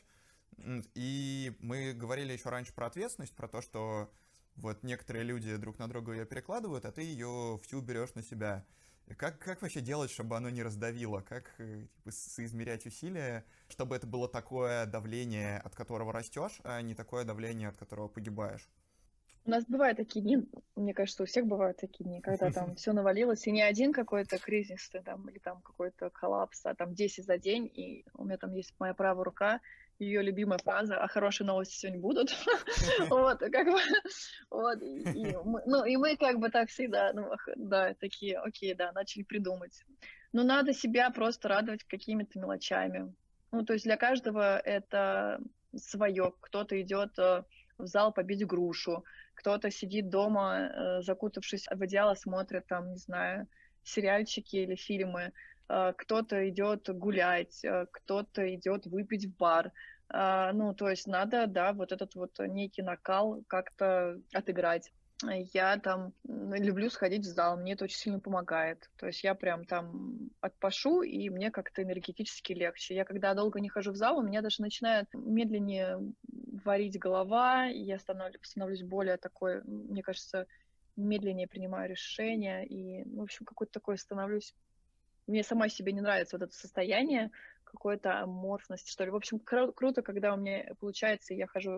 И мы говорили еще раньше про ответственность, про то, что вот некоторые люди друг на друга ее перекладывают, а ты ее всю берешь на себя. Как, как вообще делать, чтобы оно не раздавило? Как типа, соизмерять усилия, чтобы это было такое давление, от которого растешь, а не такое давление, от которого погибаешь? У нас бывают такие дни, мне кажется, у всех бывают такие дни, когда там все навалилось, и не один какой-то кризис, там, или там какой-то коллапс, а там десять за день, и у меня там есть моя правая рука, ее любимая фраза «а хорошие новости сегодня будут». Вот, как бы, вот, ну, и мы как бы так всегда, ну, да, такие, окей, да, начали придумать. Но надо себя просто радовать какими-то мелочами. Ну, то есть для каждого это свое. Кто-то идет в зал побить грушу, кто-то сидит дома, закутавшись в одеяло, смотрит там, не знаю, сериальчики или фильмы, кто-то идет гулять, кто-то идет выпить в бар. Ну, то есть надо, да, вот этот вот некий накал как-то отыграть. Я там люблю сходить в зал, мне это очень сильно помогает. То есть я прям там отпашу, и мне как-то энергетически легче. Я когда долго не хожу в зал, у меня даже начинает медленнее варить голова, я становлюсь, становлюсь более такой, мне кажется, медленнее принимаю решения, и, в общем, какой-то такой становлюсь. Мне самой себе не нравится вот это состояние, какой-то аморфности, что ли. В общем, кру- круто, когда у меня получается, я хожу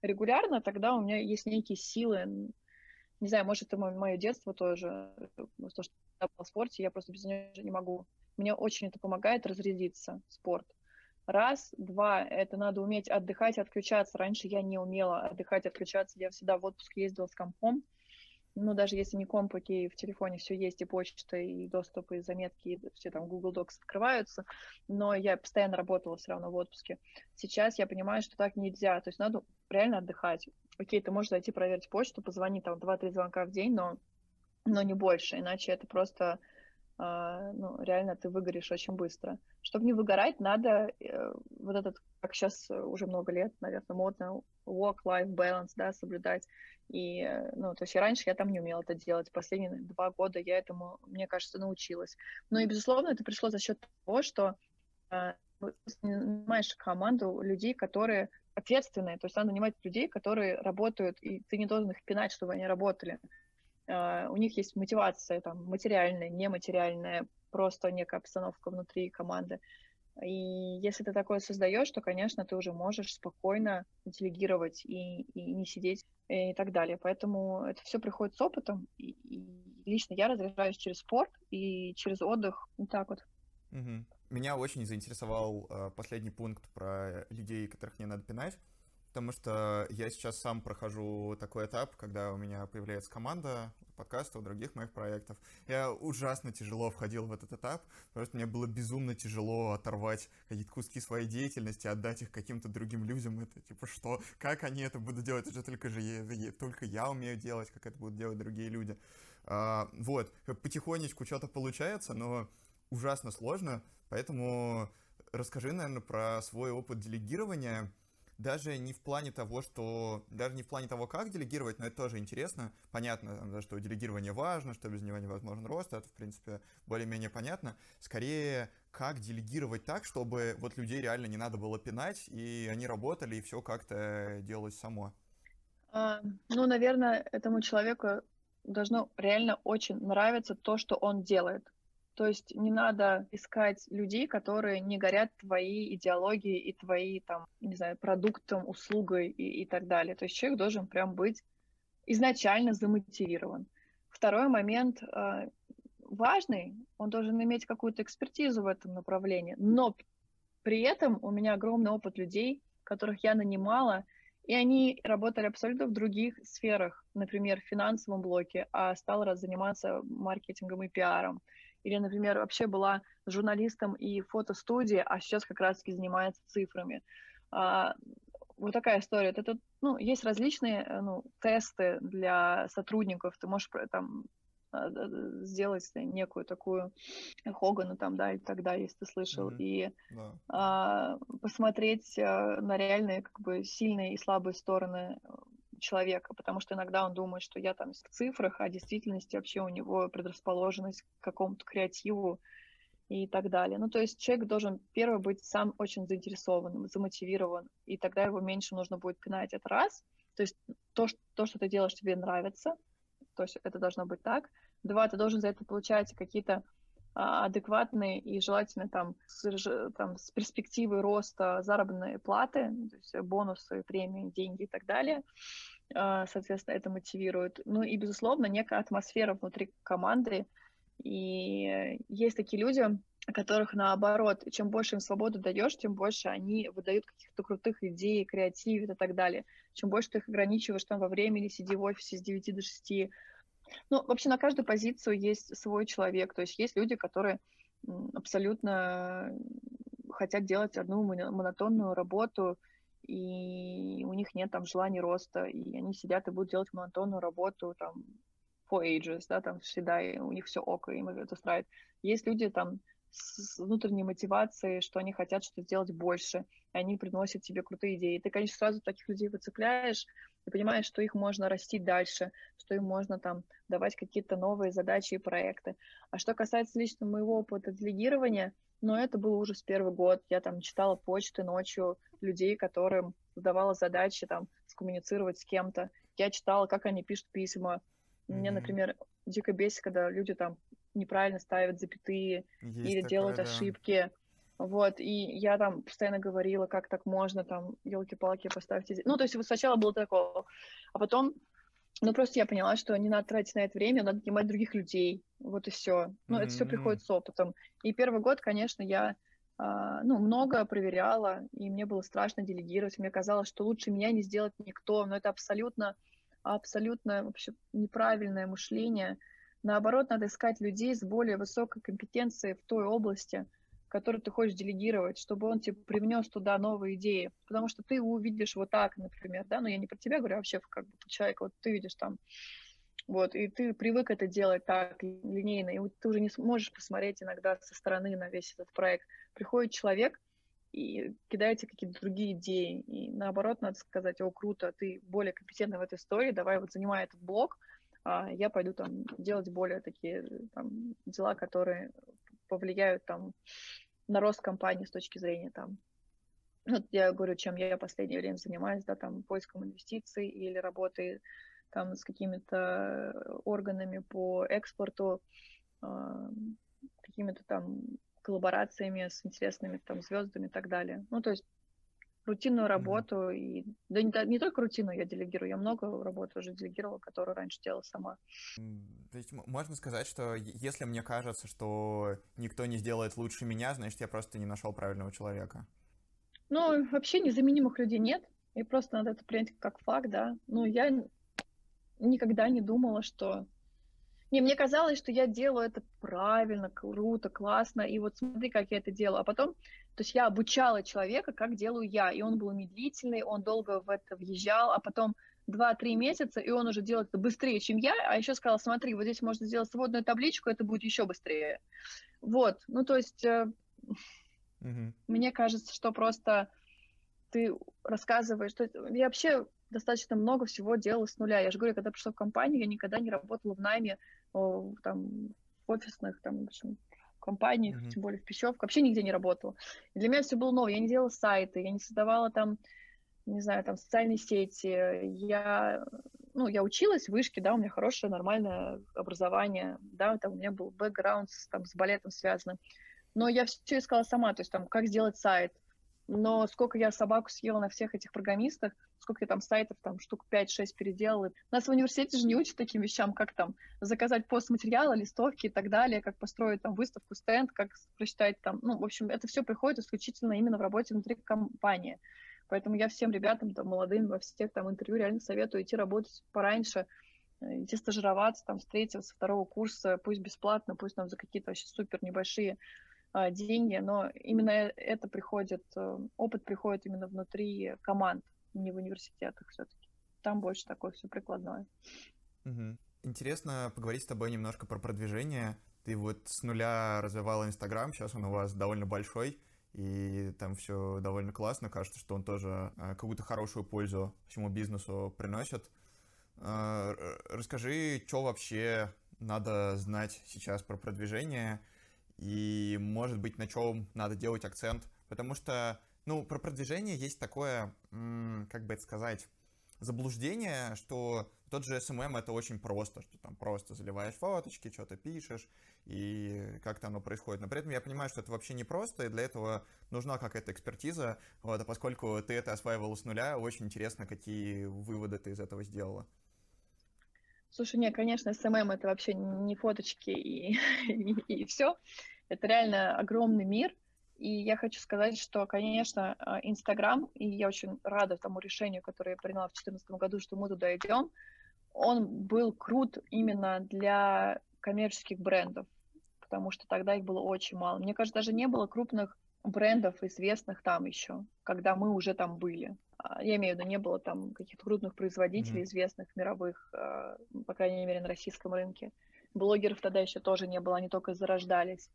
регулярно, тогда у меня есть некие силы. Не знаю, может, это мое детство тоже, то, что я была в спорте, я просто без него не могу. Мне очень это помогает разрядиться, спорт. Раз, два, это надо уметь отдыхать, отключаться. Раньше я не умела отдыхать, отключаться. Я всегда в отпуск ездила с компом. Ну, даже если не комп, окей, в телефоне все есть, и почта, и доступ, и заметки, и все там Google Docs открываются, но я постоянно работала все равно в отпуске. Сейчас я понимаю, что так нельзя, то есть надо реально отдыхать. Окей, ты можешь зайти проверить почту, позвонить там два-три звонка в день, но, но не больше, иначе это просто, а, ну, реально ты выгоришь очень быстро. Чтобы не выгорать, надо э, вот этот, как сейчас уже много лет, наверное, модно, work-life balance, да, соблюдать. И, э, ну, то есть и раньше я там не умела это делать. Последние два года я этому, мне кажется, научилась. Ну и, безусловно, это пришло за счет того, что э, нанимаешь команду людей, которые ответственные. То есть надо нанимать людей, которые работают, и ты не должен их пинать, чтобы они работали. Uh, у них есть мотивация там, материальная, нематериальная, просто некая обстановка внутри команды. И если ты такое создаешь, то, конечно, ты уже можешь спокойно делегировать и, и не сидеть и так далее. Поэтому это все приходит с опытом. И, и лично я разряжаюсь через спорт и через отдых. Вот так вот. Угу. Меня очень заинтересовал э, последний пункт про людей, которых не надо пинать. Потому что я сейчас сам прохожу такой этап, когда у меня появляется команда подкастов, других моих проектов. Я ужасно тяжело входил в этот этап, потому что мне было безумно тяжело оторвать какие-то куски своей деятельности, отдать их каким-то другим людям. Это типа что? Как они это будут делать? Это же только же я, только я умею делать, как это будут делать другие люди. А, вот, потихонечку что-то получается, но ужасно сложно, поэтому расскажи, наверное, про свой опыт делегирования. Даже не в плане того, что... Даже не в плане того, как делегировать, но это тоже интересно. Понятно, что делегирование важно, что без него невозможен рост. Это, в принципе, более-менее понятно. Скорее, как делегировать так, чтобы вот людей реально не надо было пинать, и они работали, и все как-то делалось само. А, ну, наверное, этому человеку должно реально очень нравиться то, что он делает. То есть не надо искать людей, которые не горят твоей идеологией и твоей, там, не знаю, продуктом, услугой и, и так далее. То есть человек должен прям быть изначально замотивирован. Второй момент э, важный, он должен иметь какую-то экспертизу в этом направлении, но при этом у меня огромный опыт людей, которых я нанимала, и они работали абсолютно в других сферах, например, в финансовом блоке, а стала раз заниматься маркетингом и пиаром. Или, например, вообще была журналистом и фотостудии, а сейчас как раз-таки занимается цифрами. А, вот такая история. Это, ну, есть различные ну, тесты для сотрудников. Ты можешь там сделать некую такую Хогану там, да, и тогда, если ты слышал, mm-hmm. и yeah. а, посмотреть а, на реальные как бы сильные и слабые стороны человека, потому что иногда он думает, что я там в цифрах, а в действительности вообще у него предрасположенность к какому-то креативу и так далее. Ну, то есть человек должен, первый, быть сам очень заинтересован, замотивирован, и тогда его меньше нужно будет пинать. Это раз. То есть то, что, то, что ты делаешь, тебе нравится, то есть это должно быть так. Два, ты должен за это получать какие-то а, адекватные и желательно там с, там с перспективой роста заработной платы, то есть бонусы, премии, деньги и так далее. А, соответственно, это мотивирует. Ну и, безусловно, некая атмосфера внутри команды. И есть такие люди, которых, наоборот, чем больше им свободу даешь, тем больше они выдают каких-то крутых идей, креативят и так далее. Чем больше ты их ограничиваешь там во времени, сиди в офисе с девяти до шести. Ну, вообще на каждую позицию есть свой человек. То есть есть люди, которые абсолютно хотят делать одну монотонную работу, и у них нет там желания роста, и они сидят и будут делать монотонную работу там for ages, да, там всегда, и у них все ок, и им это устраивает. Есть люди там с внутренней мотивацией, что они хотят что-то сделать больше, и они приносят тебе крутые идеи. И ты, конечно, сразу таких людей выцепляешь, и понимаешь, что их можно растить дальше, что им можно там давать какие-то новые задачи и проекты. А что касается лично моего опыта делегирования, ну, это был уже с первый год. Я там читала почты ночью людей, которым задавала задачи там скоммуницировать с кем-то. Я читала, как они пишут письма. Mm-hmm. Мне, например, дико бесит, когда люди там неправильно ставят запятые Есть или такое, делают да. ошибки. Вот, и я там постоянно говорила, как так можно, там, елки-палки, поставьте. Ну, то есть вот сначала было такое, а потом, ну, просто я поняла, что не надо тратить на это время, надо нанимать других людей, вот и все. Ну, это все М, приходит с опытом. И первый год, конечно, я, а, ну, много проверяла, и мне было страшно делегировать. Мне казалось, что лучше меня не сделать никто, но это абсолютно, абсолютно вообще неправильное мышление. Наоборот, надо искать людей с более высокой компетенцией в той области, который ты хочешь делегировать, чтобы он тебе привнес туда новые идеи. Потому что ты увидишь вот так, например, да, но я не про тебя говорю, а вообще как бы человека, вот ты видишь там, вот, и ты привык это делать так линейно, и вот ты уже не сможешь посмотреть иногда со стороны на весь этот проект. Приходит человек и кидает тебе какие-то другие идеи, и наоборот, надо сказать: о, круто, ты более компетентна в этой истории, давай вот занимай этот блок, а я пойду там делать более такие там дела, которые повлияют там на рост компании с точки зрения там, вот я говорю, чем я последнее время занимаюсь, да, там, поиском инвестиций или работой там с какими-то органами по экспорту, а, какими-то там коллаборациями с интересными там звездами и так далее. Ну, то есть рутинную мгм. работу и да не, не только рутинную я делегирую, я много работы уже делегировала, которую раньше делала сама. М, То есть м- можно сказать, что е- если мне кажется, что никто не сделает лучше меня, значит, я просто не нашел правильного человека. Ну, вообще незаменимых людей нет, и просто надо это принять как факт, да. Ну, я никогда не думала, что не, мне казалось, что я делаю это правильно, круто, классно, и вот смотри, как я это делаю. А потом, то есть я обучала человека, как делаю я, и он был медлительный, он долго в это въезжал, а потом два-три месяца, и он уже делает это быстрее, чем я, а еще сказал: смотри, вот здесь можно сделать сводную табличку, это будет еще быстрее. Вот, ну то есть э, Мгм. мне кажется, что просто ты рассказываешь, что я вообще достаточно много всего делала с нуля. Я же говорю, когда пришла в компанию, я никогда не работала в найме, о, там, в офисных, там, в общем, компаниях, Мгм. тем более в пищевках, вообще нигде не работала. И для меня все было новое. Я не делала сайты, я не создавала там, не знаю, там, социальные сети. Я, ну, я училась в вышке, да, у меня хорошее, нормальное образование, да, там у меня был бэкграунд с, там, с балетом связан. Но я все искала сама, то есть там, как сделать сайт. Но сколько я собаку съела на всех этих программистах, сколько я там сайтов, там штук пять-шесть переделала. Нас в университете же не учат таким вещам, как там заказать постматериалы, листовки и так далее, как построить там выставку, стенд, как прочитать там. Ну, в общем, это все приходит исключительно именно в работе внутри компании. Поэтому я всем ребятам, там, молодым, во всех там интервью реально советую идти работать пораньше, э, идти стажироваться там с третьего, со второго курса, пусть бесплатно, пусть там за какие-то вообще супер небольшие а, деньги, но именно э- это приходит, э, опыт приходит именно внутри команд, не в университетах все-таки. Там больше такое все прикладное. Мгм. Интересно поговорить с тобой немножко про продвижение. Ты вот с нуля развивала Инстаграм, сейчас он у вас довольно большой, и там все довольно классно. Кажется, что он тоже а, какую-то хорошую пользу всему бизнесу приносит. А, р- Расскажи, что вообще надо знать сейчас про продвижение, и, может быть, на чем надо делать акцент. Потому что, ну, про продвижение есть такое, м, как бы это сказать, заблуждение, что тот же эс эм эм это очень просто, что там просто заливаешь фоточки, что-то пишешь, и как-то оно происходит. Но при этом я понимаю, что это вообще не просто, и для этого нужна какая-то экспертиза. Вот, а поскольку ты это осваивала с нуля, очень интересно, какие выводы ты из этого сделала. Слушай, не, конечно, эс эм эм это вообще не фоточки и, и, и все. Это реально огромный мир. И я хочу сказать, что, конечно, а, Инстаграм, и я очень рада тому решению, которое я приняла в две тысячи четырнадцатом году, что мы туда идем, он был крут именно для коммерческих брендов, потому что тогда их было очень мало. Мне кажется, даже не было крупных брендов известных там еще, когда мы уже там были. А, Я имею в виду, не было там каких-то крупных производителей Мгм. известных мировых, а, по крайней мере, на российском рынке. Блогеров тогда еще тоже не было, они только зарождались.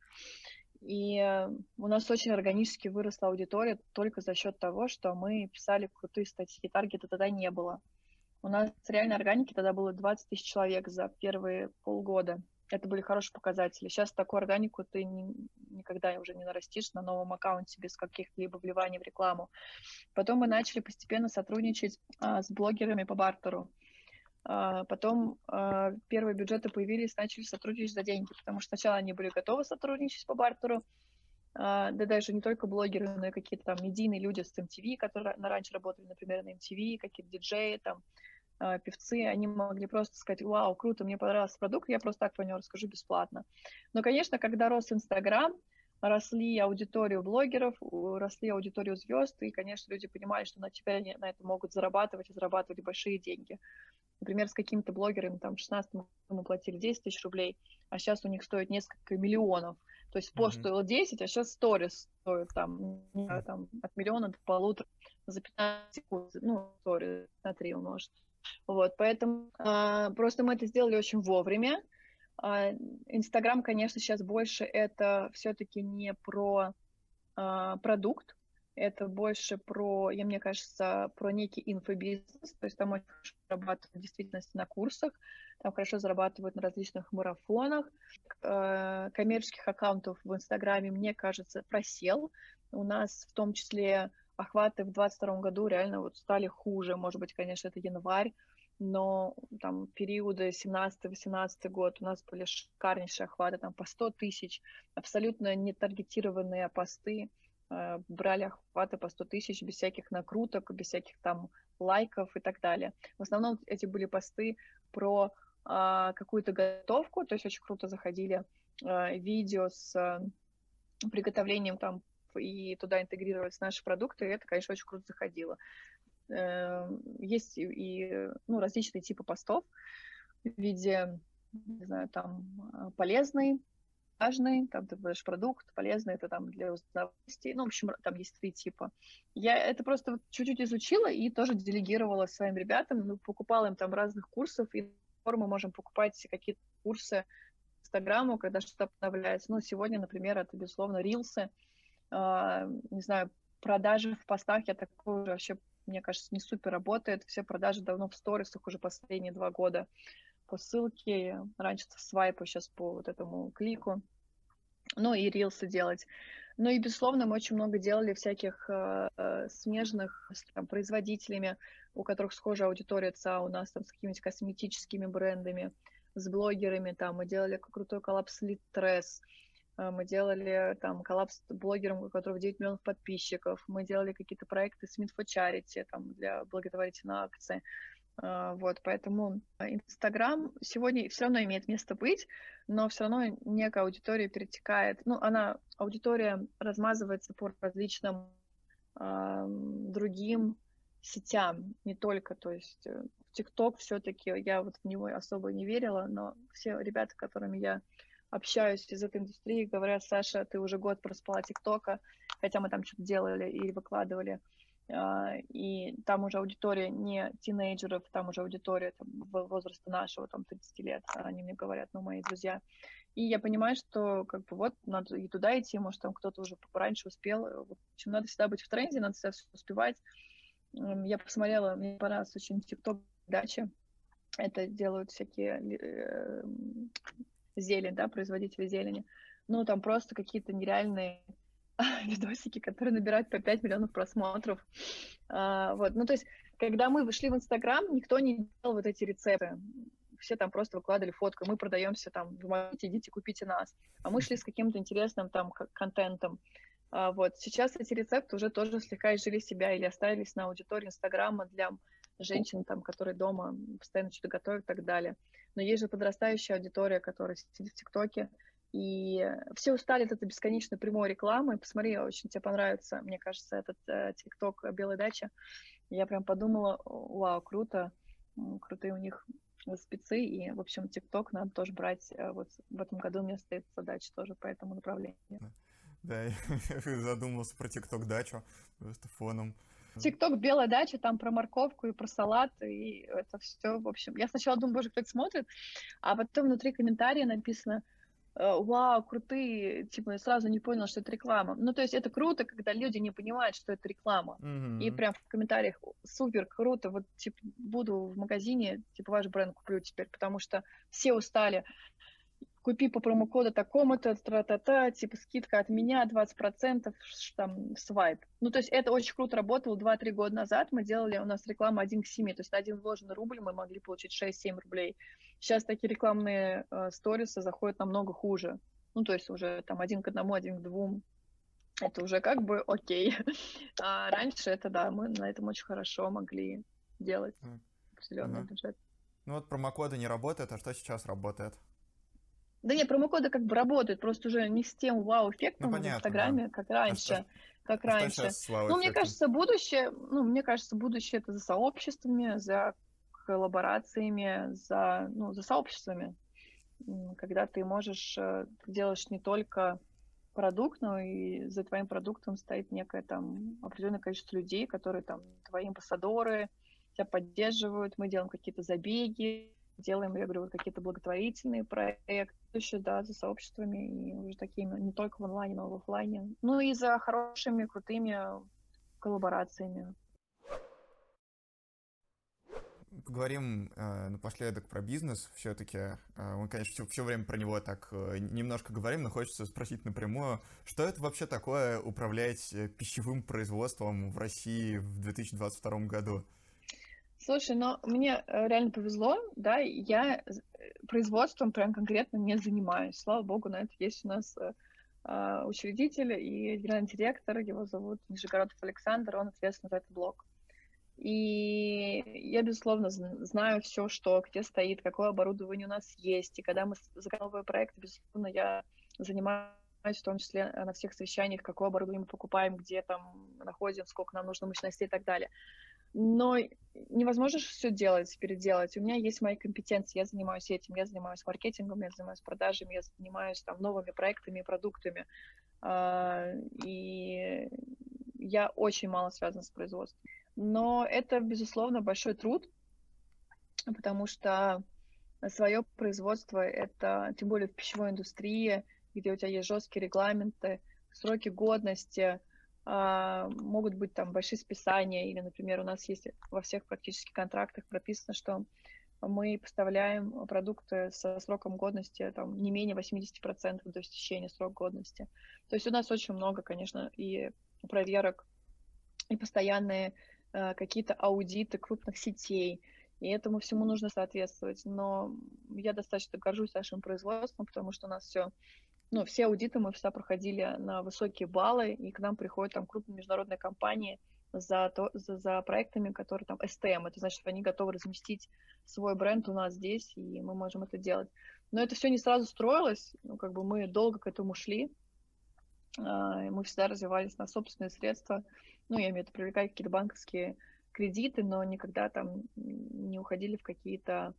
И э, у нас очень органически выросла аудитория только за счет того, что мы писали крутые статьи. Таргета тогда не было. У нас реально органики тогда было двадцать тысяч человек за первые полгода. Это были хорошие показатели. Сейчас такую органику ты ни- никогда уже не нарастишь на новом аккаунте без каких-либо вливаний в рекламу. Потом мы начали постепенно сотрудничать а, с блогерами по бартеру. А, потом а, первые бюджеты появились, начали сотрудничать за деньги, потому что сначала они были готовы сотрудничать по бартеру, а, да даже не только блогеры, но и какие-то там медийные люди с эм ти ви, которые на- раньше работали, например, на эм ти ви, какие-то диджеи, там, а, певцы, они могли просто сказать: вау, круто, мне понравился продукт, я просто так про него расскажу бесплатно. Но, конечно, когда рос Инстаграм, росли аудиторию блогеров, у- росли аудиторию звезд, и, конечно, люди понимали, что на теперь они на этом могут зарабатывать и зарабатывать большие деньги. Например, с какими-то блогерами там в шестнадцатом году мы платили десять тысяч рублей, а сейчас у них стоит несколько миллионов. То есть пост Мгм. стоил десять, а сейчас сторис стоит там, не знаю, там от миллиона до полутора за пятнадцать секунд. Ну, сторис на три умножить. Вот, поэтому а, просто мы это сделали очень вовремя. А, Инстаграм, конечно, сейчас больше это все-таки не про а, продукт, это больше про, я мне кажется, про некий инфобизнес, то есть там очень хорошо зарабатывают в действительности на курсах, там хорошо зарабатывают на различных марафонах. Э, коммерческих аккаунтов в Инстаграме, мне кажется, просел. У нас в том числе охваты в двадцать втором году реально вот стали хуже. Может быть, конечно, это январь, но там периоды семнадцатый-восемнадцатый год у нас были шикарнейшие охваты, там по сто тысяч, абсолютно не таргетированные посты, э, брали охваты по сто тысяч без всяких накруток, без всяких там лайков и так далее. В основном эти были посты про а, какую-то готовку, то есть очень круто заходили а, видео с а, приготовлением там, и туда интегрировались наши продукты, и это, конечно, очень круто заходило. Э, Есть и ну, различные типы постов в виде, не знаю, там полезный, важный, там ты продаешь продукт, полезный, это там для узнаваемости, ну, в общем, там есть три типа. Я это просто вот чуть-чуть изучила и тоже делегировала своим ребятам, ну, покупала им там разных курсов, и мы можем покупать какие-то курсы Инстаграму, когда что-то обновляется. Ну, сегодня, например, это, безусловно, рилсы, а, не знаю, продажи в постах, я такой уже вообще, мне кажется, не супер работает, все продажи давно в сторисах уже последние два года по ссылке, раньше в свайпу, сейчас по вот этому клику, ну и рилсы делать. Ну и, безусловно, мы очень много делали всяких э, э, смежных с там, производителями, у которых схожая аудитория ЦА, у нас там с какими-нибудь косметическими брендами, с блогерами, там мы делали крутой коллаб с Litres, э, мы делали там коллаб с блогером, у которого девять миллионов подписчиков, мы делали какие-то проекты с Meet for Charity, там, для благотворительной акции. А, Вот, поэтому Инстаграм сегодня все равно имеет место быть, но все равно некая аудитория перетекает. Ну, она, аудитория размазывается по различным а, другим сетям, не только, то есть э, в ТикТок все-таки я вот в него особо не верила, но все ребята, с которыми я общаюсь из этой индустрии, говорят: Саша, ты уже год проспала ТикТока, хотя мы там что-то делали и выкладывали. А, и там уже аудитория не тинейджеров, там уже аудитория там, возраста нашего, там, тридцать лет, они мне говорят, ну, мои друзья. И я понимаю, что как бы вот надо и туда идти, может, там кто-то уже пораньше успел. В общем, надо всегда быть в тренде, надо всегда все успевать. Я посмотрела, мне понравился очень TikTok дачи. Это делают всякие э, зелень, да, производители зелени. Ну, там просто какие-то нереальные видосики, которые набирают по пять миллионов просмотров. А, вот, ну, то есть, когда мы вышли в Инстаграм, никто не делал вот эти рецепты. Все там просто выкладывали фотку, мы продаемся там, помогите, идите, купите нас. А мы шли с каким-то интересным там контентом. А, вот, сейчас эти рецепты уже тоже слегка изжили себя или остались на аудитории Инстаграма для женщин, там, которые дома постоянно что-то готовят и так далее. Но есть же подрастающая аудитория, которая сидит в ТикТоке, и все устали от этой бесконечной прямой рекламы. Посмотри, очень тебе понравится, мне кажется, этот ТикТок э, «Белая дача». Я прям подумала: вау, круто, крутые у них спецы, и, в общем, ТикТок надо тоже брать. Вот в этом году у меня стоит задача тоже по этому направлению. Да, я задумался про ТикТок дачу просто фоном. ТикТок «Белая дача», там про морковку и про салат, и это все, в общем. Я сначала думаю, боже, кто это смотрит, а потом внутри комментария написано: вау, крутые, типа, я сразу не понял, что это реклама. Ну, то есть это круто, когда люди не понимают, что это реклама. Mm-hmm. И прям в комментариях: супер, круто, вот, типа, буду в магазине, типа, ваш бренд куплю теперь, потому что все устали. Купи по промокоду такому-то, тра-та-та, типа, скидка от меня двадцать процентов, там, свайп. Ну, то есть это очень круто работало два-три года назад. Мы делали, у нас реклама один к семи, то есть на один вложенный рубль мы могли получить шесть-семь рублей. Сейчас такие рекламные э, сторисы заходят намного хуже. Ну, то есть уже там один к одному, один к двум. это уже как бы окей. А раньше это да, мы на этом очень хорошо могли делать М, определенный ага. бюджет. Ну вот промокоды не работают, а что сейчас работает? Да нет, промокоды как бы работают, просто уже не с тем Ну вау-эффектом в понятно, да. Инстаграме, как А что, раньше, как а что раньше. сейчас с Ну, мне вау-эффектом? кажется, будущее, ну, мне кажется, будущее это за сообществами, за коллаборациями, за, ну, за сообществами, М, когда ты можешь, э, ты делаешь не только продукт, но и за твоим продуктом стоит некое там определенное количество людей, которые там твои амбассадоры, тебя поддерживают, мы делаем какие-то забеги, делаем, я говорю, вот какие-то благотворительные проекты, еще, да, за сообществами, и уже такими, не только в онлайне, но и в оффлайне. Ну и за хорошими, крутыми коллаборациями. Поговорим э, напоследок про бизнес все-таки. Э, мы, конечно, все, все время про него так э, немножко говорим, но хочется спросить напрямую, что это вообще такое управлять э, пищевым производством в России в две тысячи двадцать втором году? Слушай, но мне э, реально повезло, да, я з- э, производством прям конкретно не занимаюсь. Слава богу, на это есть у нас э, а, учредитель и генеральный директор, его зовут Нижегородов Александр, он ответственен за этот блок. И я, безусловно, зн- знаю все, что где стоит, какое оборудование у нас есть. И когда мы с- заказываем новые проекты, безусловно, я занимаюсь в том числе э, на всех совещаниях, какое оборудование мы покупаем, где там находим, сколько нам нужно мощностей и так далее. Но невозможно же все делать, переделать. У меня есть мои компетенции, я занимаюсь этим, я занимаюсь маркетингом, я занимаюсь продажами, я занимаюсь там новыми проектами и продуктами. А, И я очень мало связана с производством. Но это, безусловно, большой труд, потому что свое производство — это, тем более в пищевой индустрии, где у тебя есть жесткие регламенты, сроки годности, а, могут быть там большие списания, или, например, у нас есть во всех практически контрактах прописано, что мы поставляем продукты со сроком годности там, не менее восемьдесят процентов до истечения срока годности. То есть у нас очень много, конечно, и проверок, и постоянные э, какие-то аудиты крупных сетей, и этому всему нужно соответствовать. Но я достаточно горжусь нашим производством, потому что у нас все, ну, все аудиты мы всегда проходили на высокие баллы, и к нам приходят там крупные международные компании за, то, за, за проектами, которые там эс тэ эм, это значит, что они готовы разместить свой бренд у нас здесь, и мы можем это делать. Но это все не сразу строилось, ну, как бы мы долго к этому шли, а, мы всегда развивались на собственные средства. Ну, я имею в виду привлекать какие-то банковские кредиты, но никогда там не уходили в какие-то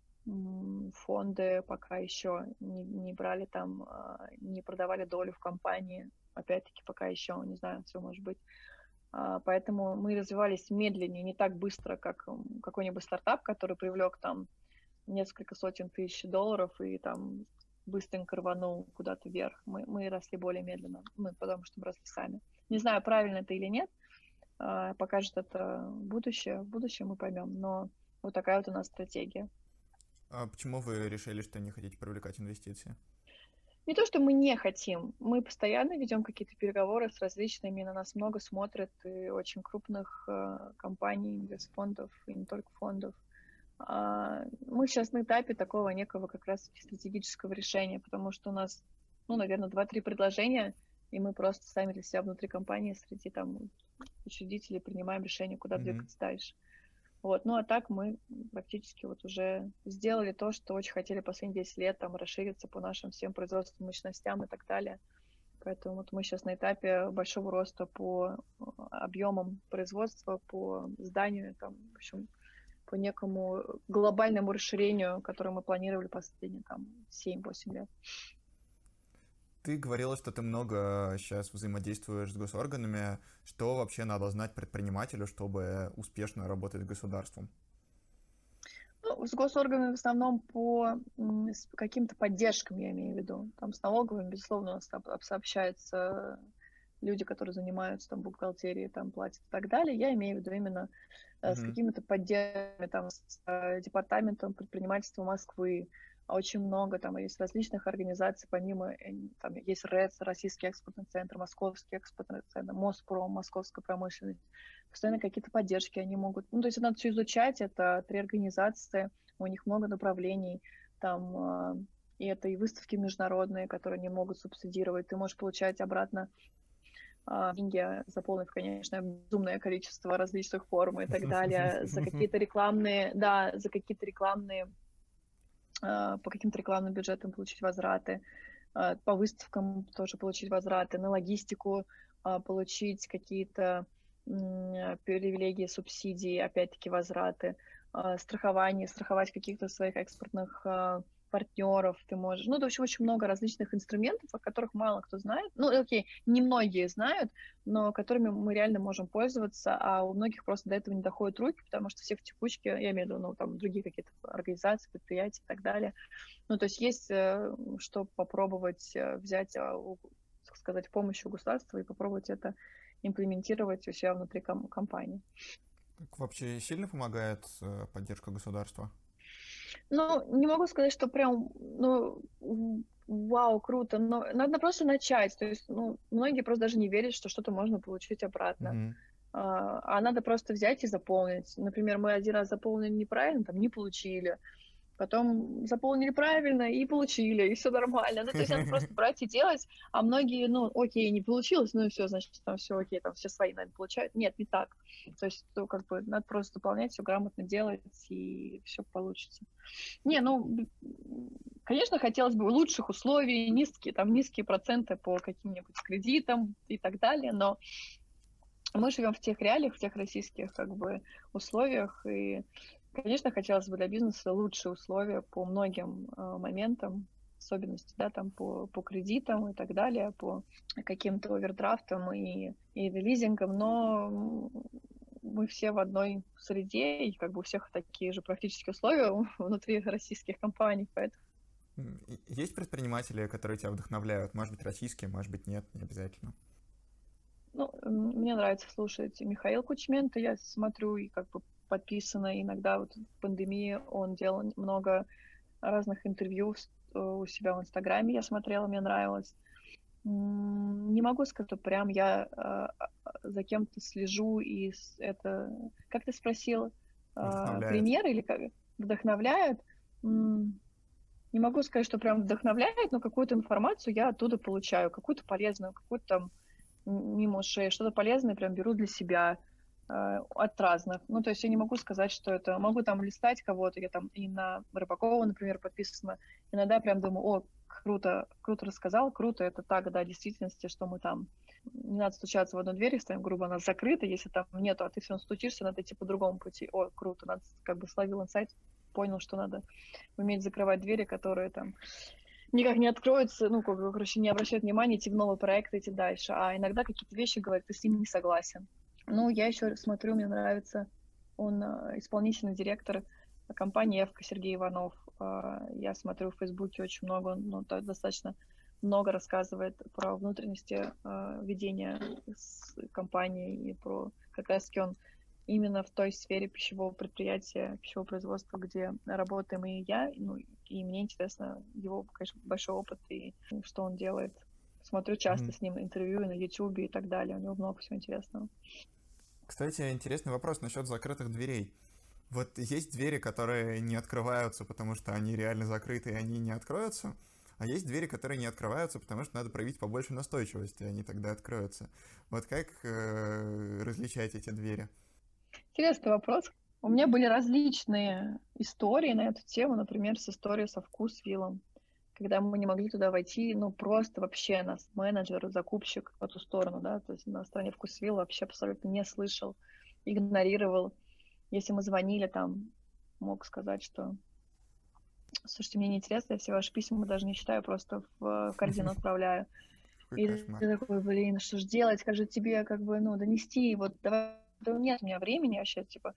фонды, пока еще не, не брали там, а, не продавали долю в компании. Опять-таки, пока еще, не знаю, все может быть. А, Поэтому мы развивались медленнее, не так быстро, как м, какой-нибудь стартап, который привлек там несколько сотен тысяч долларов и там быстренько рванул куда-то вверх. Мы, мы росли более медленно, ну, потому что мы росли сами. Не знаю, правильно это или нет, а, покажет это будущее. В будущем мы поймем, но вот такая вот у нас стратегия. А почему вы решили, что не хотите привлекать инвестиции? Не то, что мы не хотим, мы постоянно ведем какие-то переговоры с различными, на нас много смотрят и очень крупных э, компаний, инвестфондов, и не только фондов. А, Мы сейчас на этапе такого некого как раз стратегического решения, потому что у нас, ну, наверное, два-три предложения, и мы просто сами для себя внутри компании среди там учредителей принимаем решение, куда Мгм. двигаться дальше. Вот. Ну а так мы практически вот уже сделали то, что очень хотели последние десять лет, там расшириться по нашим всем производственным мощностям и так далее. Поэтому вот мы сейчас на этапе большого роста по э, объемам производства, по зданию, там, в общем, по некому глобальному расширению, которое мы планировали последние там семь-восемь лет. Ты говорила, что ты много сейчас взаимодействуешь с госорганами. Что вообще надо знать предпринимателю, чтобы успешно работать с государством? Ну, с госорганами в основном по м, с каким-то поддержкам, я имею в виду. Там с налоговыми, безусловно, у нас об- об- сообщаются люди, которые занимаются там бухгалтерией, там платят и так далее. Я имею в виду именно э, с Мгм. какими-то поддержками, там, с э, департаментом предпринимательства Москвы. А очень много там есть различных организаций, помимо, э, там есть РЭЦ, Российский экспортный центр, Московский экспортный центр, Моспром, Московская промышленность. Постоянно какие-то поддержки они могут. Ну, то есть надо все изучать, это три организации, у них много направлений, там, э, и это и выставки международные, которые они могут субсидировать. Ты можешь получать обратно деньги, заполнив, конечно, безумное количество различных форм и так далее, за какие-то рекламные, да, за какие-то рекламные, по каким-то рекламным бюджетам получить возвраты, по выставкам тоже получить возвраты, на логистику получить какие-то привилегии, субсидии, опять-таки возвраты, страхование, страховать каких-то своих экспортных партнеров ты можешь. Ну, в общем, очень много различных инструментов, о которых мало кто знает. Ну, окей, немногие знают, но которыми мы реально можем пользоваться, а у многих просто до этого не доходят руки, потому что все в текучке, я имею в виду, ну, там, другие какие-то организации, предприятия и так далее. Ну, то есть есть что попробовать взять, так сказать, помощь у государства и попробовать это имплементировать у себя внутри ком- компании. Как вообще сильно помогает поддержка государства? Ну, не могу сказать, что прям, ну, вау, круто, но надо просто начать. То есть, ну, многие просто даже не верят, что что-то можно получить обратно. Mm-hmm. А, а надо просто взять и заполнить. Например, мы один раз заполнили неправильно, там, не получили. Потом заполнили правильно и получили, и все нормально. Ну, то есть надо просто брать и делать, а многие, ну, окей, не получилось, ну и все, значит, там все окей, там все свои, наверное, получают. Нет, не так. То есть, ну, как бы, надо просто заполнять, все грамотно делать, и все получится. Не, ну, конечно, хотелось бы лучших условий, низкие, там, низкие проценты по каким-нибудь кредитам и так далее, но мы живем в тех реалиях, в тех российских, как бы, условиях, и конечно, хотелось бы для бизнеса лучшие условия по многим э, моментам, особенности, да, там по, по кредитам и так далее, по каким-то овердрафтам и, и лизингам, но мы все в одной среде, и как бы у всех такие же практически условия внутри российских компаний, поэтому... Есть предприниматели, которые тебя вдохновляют? Может быть, российские, может быть, нет, не обязательно. Ну, мне нравится слушать Михаила Кучмента, я смотрю и как бы подписана. Иногда вот в пандемии он делал много разных интервью у себя в Инстаграме, я смотрела, мне нравилось. Не могу сказать, что прям я за кем-то слежу, и это... Как ты спросил? Пример или как? Вдохновляют? Не могу сказать, что прям вдохновляет, но какую-то информацию я оттуда получаю, какую-то полезную, какую-то там мимо ушей, что-то полезное прям беру для себя э, от разных. Ну, то есть я не могу сказать, что это... Могу там листать кого-то, я там и на Рыбакова, например, подписана. Иногда прям думаю, о, круто, круто рассказал, круто, это так, да, в действительности, что мы там... Не надо стучаться в одну дверь, если там, грубо, она закрыта, если там нету, а ты все равно стучишься, надо идти по другому пути. О, круто, надо, как бы словил инсайт, понял, что надо уметь закрывать двери, которые там... никак не откроются, ну, как бы, короче, не обращают внимания, идти в новый проект, идти дальше. А иногда какие-то вещи говорят, ты с ним не согласен. Ну, я еще смотрю, мне нравится, он исполнительный директор компании «Эвка» Сергей Иванов. Я смотрю в Фейсбуке очень много, ну, достаточно много рассказывает про внутренности ведения компании и про как раз-таки он именно в той сфере пищевого предприятия, пищевого производства, где работаем и я, ну, и мне интересно его, конечно, большой опыт и что он делает. Смотрю часто mm-hmm. с ним интервью на YouTube и так далее, у него много всего интересного. Кстати, интересный вопрос насчет закрытых дверей. Вот есть двери, которые не открываются, потому что они реально закрыты, и они не откроются, а есть двери, которые не открываются, потому что надо проявить побольше настойчивости, и они тогда откроются. Вот как э, различать эти двери? Интересный вопрос. У меня были различные истории на эту тему, например, с историей со Вкусвиллом, когда мы не могли туда войти, ну, просто вообще нас менеджер, закупщик в эту сторону, да, то есть на стороне Вкусвилла вообще абсолютно не слышал, игнорировал. Если мы звонили, там, мог сказать, что слушайте, мне неинтересно, я все ваши письма даже не читаю, просто в корзину отправляю. И ты такой, блин, что ж делать, как же тебе, как бы, ну, донести, вот, давай, да нет у меня времени вообще, типа.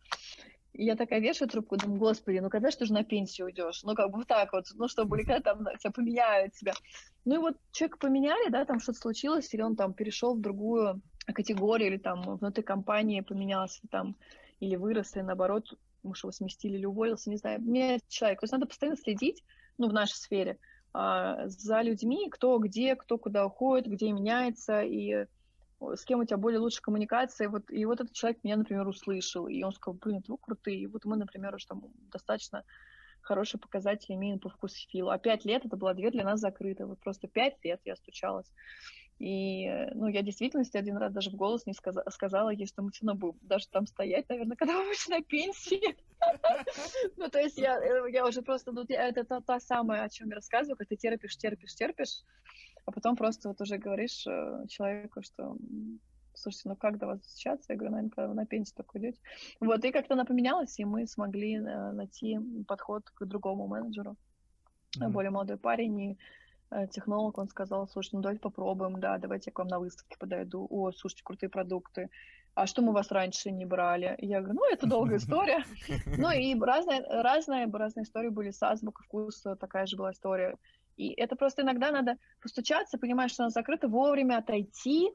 И я такая вешаю трубку, думаю, господи, ну когда же ты же на пенсию уйдешь? Ну, как бы вот так вот, ну, чтобы, или когда там тебя поменяют тебя. Ну, и вот человека поменяли, да, там что-то случилось, или он там перешел в другую категорию, или там внутри компании поменялся, там, или вырос, или наоборот, может, его сместили или уволился, не знаю, меняется человек. То есть надо постоянно следить, ну, в нашей сфере, а, за людьми, кто где, кто куда уходит, где меняется, и с кем у тебя более лучшая коммуникация. Вот, и вот этот человек меня, например, услышал, и он сказал, блин, вы крутые. И вот мы, например, уже там достаточно хорошие показатели имеем по вкусу филу. А пять лет это была дверь для нас закрыта. Вот просто пять лет я стучалась. И, ну, я в действительности один раз даже в голос не сказа- сказала ей, что мы все равно будем даже там стоять, наверное, когда мы будем на пенсии. Ну, то есть я, э, я уже просто, ну, я- это та, та самая, о чем я рассказываю, как ты терпишь, терпишь, терпишь, а потом просто вот уже говоришь э, человеку, что, м, слушайте, ну как до вас достучаться? Я говорю, наверное, когда вы на пенсию только уйдете. Вот, и как-то она поменялась, и мы смогли э, найти подход к другому менеджеру. Э, Мгм. Более молодой парень, и э, технолог, он сказал, слушай, ну давайте попробуем, да, давайте я к вам на выставке подойду. О, слушайте, крутые продукты. А что мы вас раньше не брали? Я говорю, ну, это долгая история. Ну, и разные, разные, разные истории были с азбукой вкуса, такая же была история. И это просто иногда надо постучаться, понимаешь, что она закрыта, вовремя отойти,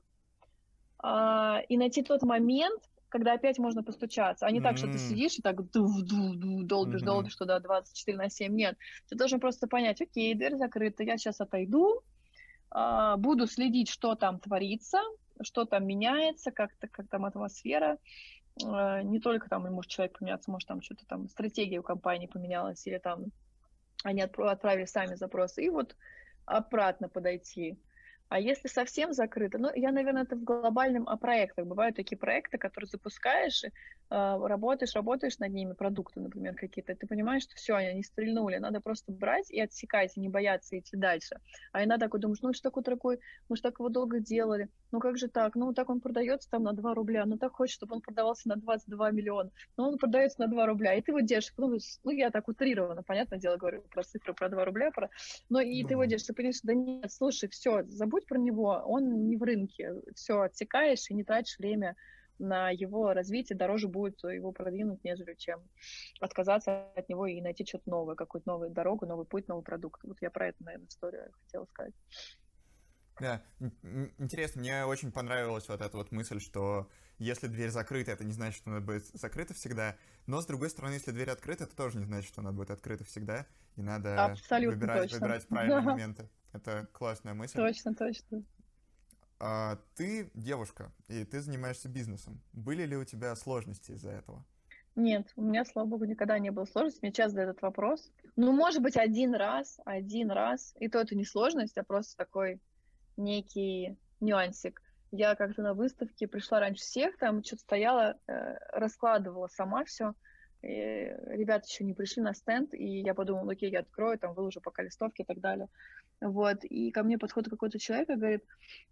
а, и найти тот момент, когда опять можно постучаться, а не так, что ты М, сидишь и так ду-ду-ду, долбишь, мгм. долбишь туда двадцать четыре на семь. Нет, ты должен просто понять, окей, дверь закрыта, я сейчас отойду, а, буду следить, что там творится, что там меняется, как-то, как там атмосфера. А, Не только там, может человек поменяться, может там что-то там, стратегия у компании поменялась, или там они отпра- отправили сами запросы, и вот обратно подойти. А если совсем закрыто, ну, я, наверное, это в глобальном о проектах. Бывают такие проекты, которые запускаешь, и, а, работаешь, работаешь над ними, продукты, например, какие-то, и ты понимаешь, что все, они стрельнули, надо просто брать и отсекать, и не бояться идти дальше. А иногда такой думаешь, ну, что такой такой, мы же так его долго делали, ну, как же так, ну, так он продается там на два рубля, ну, так хочешь, чтобы он продавался на двадцать два миллиона, но он продается на два рубля, и ты вот держишь, ну, с- ну, я так утрированно, понятное дело, говорю про цифры, про два рубля, про... но и ты вот Ну, держишь, ты понимаешь, да нет, слушай, все, забудь про него, он не в рынке, все, отсекаешь и не тратишь время на его развитие, дороже будет его продвинуть, нежели чем отказаться от него и найти что-то новое, какую-то новую дорогу, новый путь, новый продукт. Вот я про это, наверное, историю хотела сказать. да, ин- ин- интересно, мне очень понравилась вот эта вот мысль, что если дверь закрыта, это не значит, что она будет закрыта всегда, но с другой стороны, если дверь открыта, это тоже не значит, что она будет открыта всегда, и надо Абсолютно выбирать, точно. выбирать правильные моменты. Это классная мысль. Точно, точно. А, ты девушка, и ты занимаешься бизнесом. Были ли у тебя сложности из-за этого? Нет, у меня, слава богу, никогда не было сложности. Мне часто задают этот вопрос. Ну, может быть, один раз, один раз. И то это не сложность, а просто такой некий нюансик. Я как-то на выставке пришла раньше всех, там что-то стояла, э, раскладывала сама все. Ребята еще не пришли на стенд, и я подумала, окей, я открою, там выложу пока листовки и так далее. Вот, и ко мне подходит какой-то человек и говорит,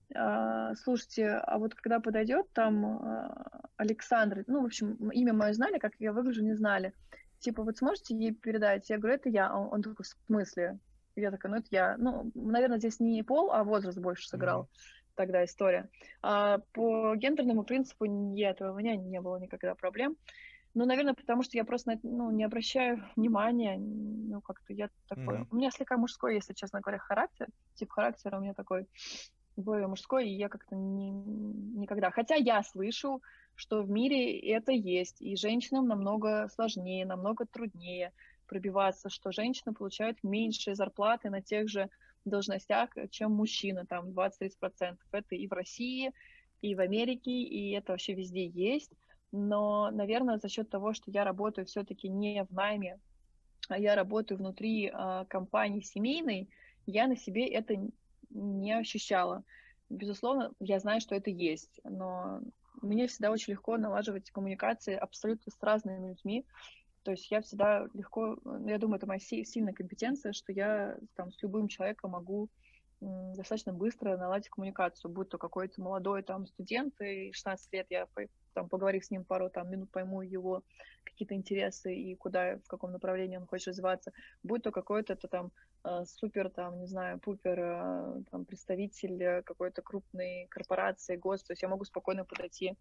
а, слушайте, а вот когда подойдет там а, Александр, ну, в общем, имя мое знали, как я выгляжу, не знали. Типа, вот сможете ей передать? Я говорю, это я. А Он, он такой, в смысле? Я такая, ну, это я. Ну, наверное, здесь не пол, а возраст больше Мгм. сыграл тогда история. А по гендерному принципу нет, у меня не было никогда проблем. Ну, наверное, потому что я просто ну, не обращаю внимания. Ну, как-то я такой... Мгм. У меня слегка мужской, если честно говоря, характер. Тип характера у меня такой более мужской, и я как-то не, никогда... Хотя я слышу, что в мире это есть, и женщинам намного сложнее, намного труднее пробиваться, что женщины получают меньшие зарплаты на тех же должностях, чем мужчины, там двадцать-тридцать процентов. Это и в России, и в Америке, и это вообще везде есть. Но, наверное, за счет того, что я работаю все-таки не в найме, а я работаю внутри а, компании семейной, я на себе это не ощущала. Безусловно, я знаю, что это есть, но мне всегда очень легко налаживать коммуникации абсолютно с разными людьми. То есть я всегда легко, ну, я думаю, это моя си- сильная компетенция, что я там с любым человеком могу м, достаточно быстро наладить коммуникацию, будь то какой-то молодой там студент, и шестнадцать лет я, по- там, поговорив с ним пару там, минут, пойму его какие-то интересы и куда, в каком направлении он хочет развиваться, будь то какой-то то, там э, супер, там, не знаю, пупер э, там, представитель э, какой-то крупной корпорации, гос, то есть я могу спокойно подойти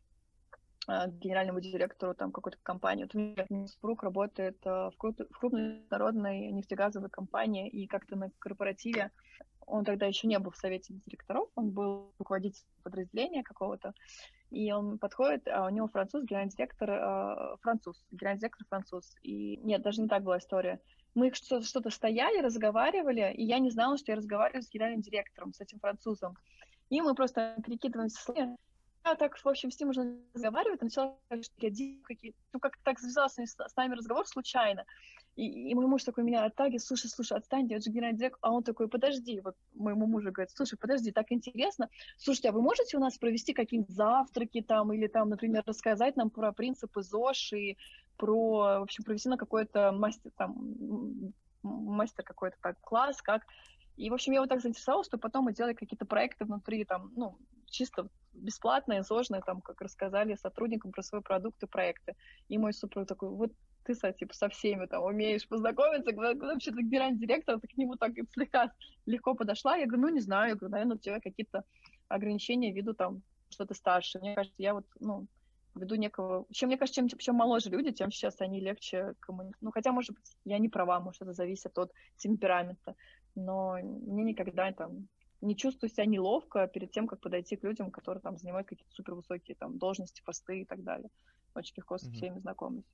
э, к генеральному директору там какой-то компании. Вот у меня мой супруг работает э, в, крупной, в крупной народной нефтегазовой компании, и как-то на корпоративе он тогда еще не был в совете директоров, он был руководителем подразделения какого-то, и он подходит, а у него француз, генеральный директор э, француз, генеральный директор француз. И нет, даже не так была история. Мы что-то, что-то стояли, разговаривали, и я не знала, что я разговариваю с генеральным директором, с этим французом. И мы просто перекидываемся словами, я так, в общем, с ним уже разговаривать, начала, что я делаю какие-то, ну, как-то так завязался с, с нами разговор случайно. И, и мой муж такой меня оттагивает: слушай, слушай, отстань, я же генеральный директор. А он такой: подожди, вот моему мужу говорит: слушай, подожди, так интересно. Слушайте, а вы можете у нас провести какие-нибудь завтраки там, или там, например, рассказать нам про принципы ЗОЖ и про, в общем, провести на какой-то мастер, там, мастер какой-то так класс, как... И, в общем, я вот так заинтересовалась, что потом мы делали какие-то проекты внутри, там, ну, чисто бесплатные, сложные, там, как рассказали сотрудникам про свои продукты, проекты. И мой супруг такой: вот ты, типа, со всеми там умеешь познакомиться, вообще-то генеральный директор, ты к нему так слегка легко подошла. Я говорю: ну, не знаю, я говорю, наверное, у тебя какие-то ограничения ввиду там, что ты старше. Мне кажется, я вот, ну, ввиду некого... Чем, мне кажется, чем, чем моложе люди, тем сейчас они легче коммуницируют. Ну, хотя, может быть, я не права, может, это зависит от темперамента. Но мне никогда там не чувствую себя неловко перед тем, как подойти к людям, которые там занимают какие-то супервысокие там должности, посты и так далее. Очень легко со всеми знакомлюсь.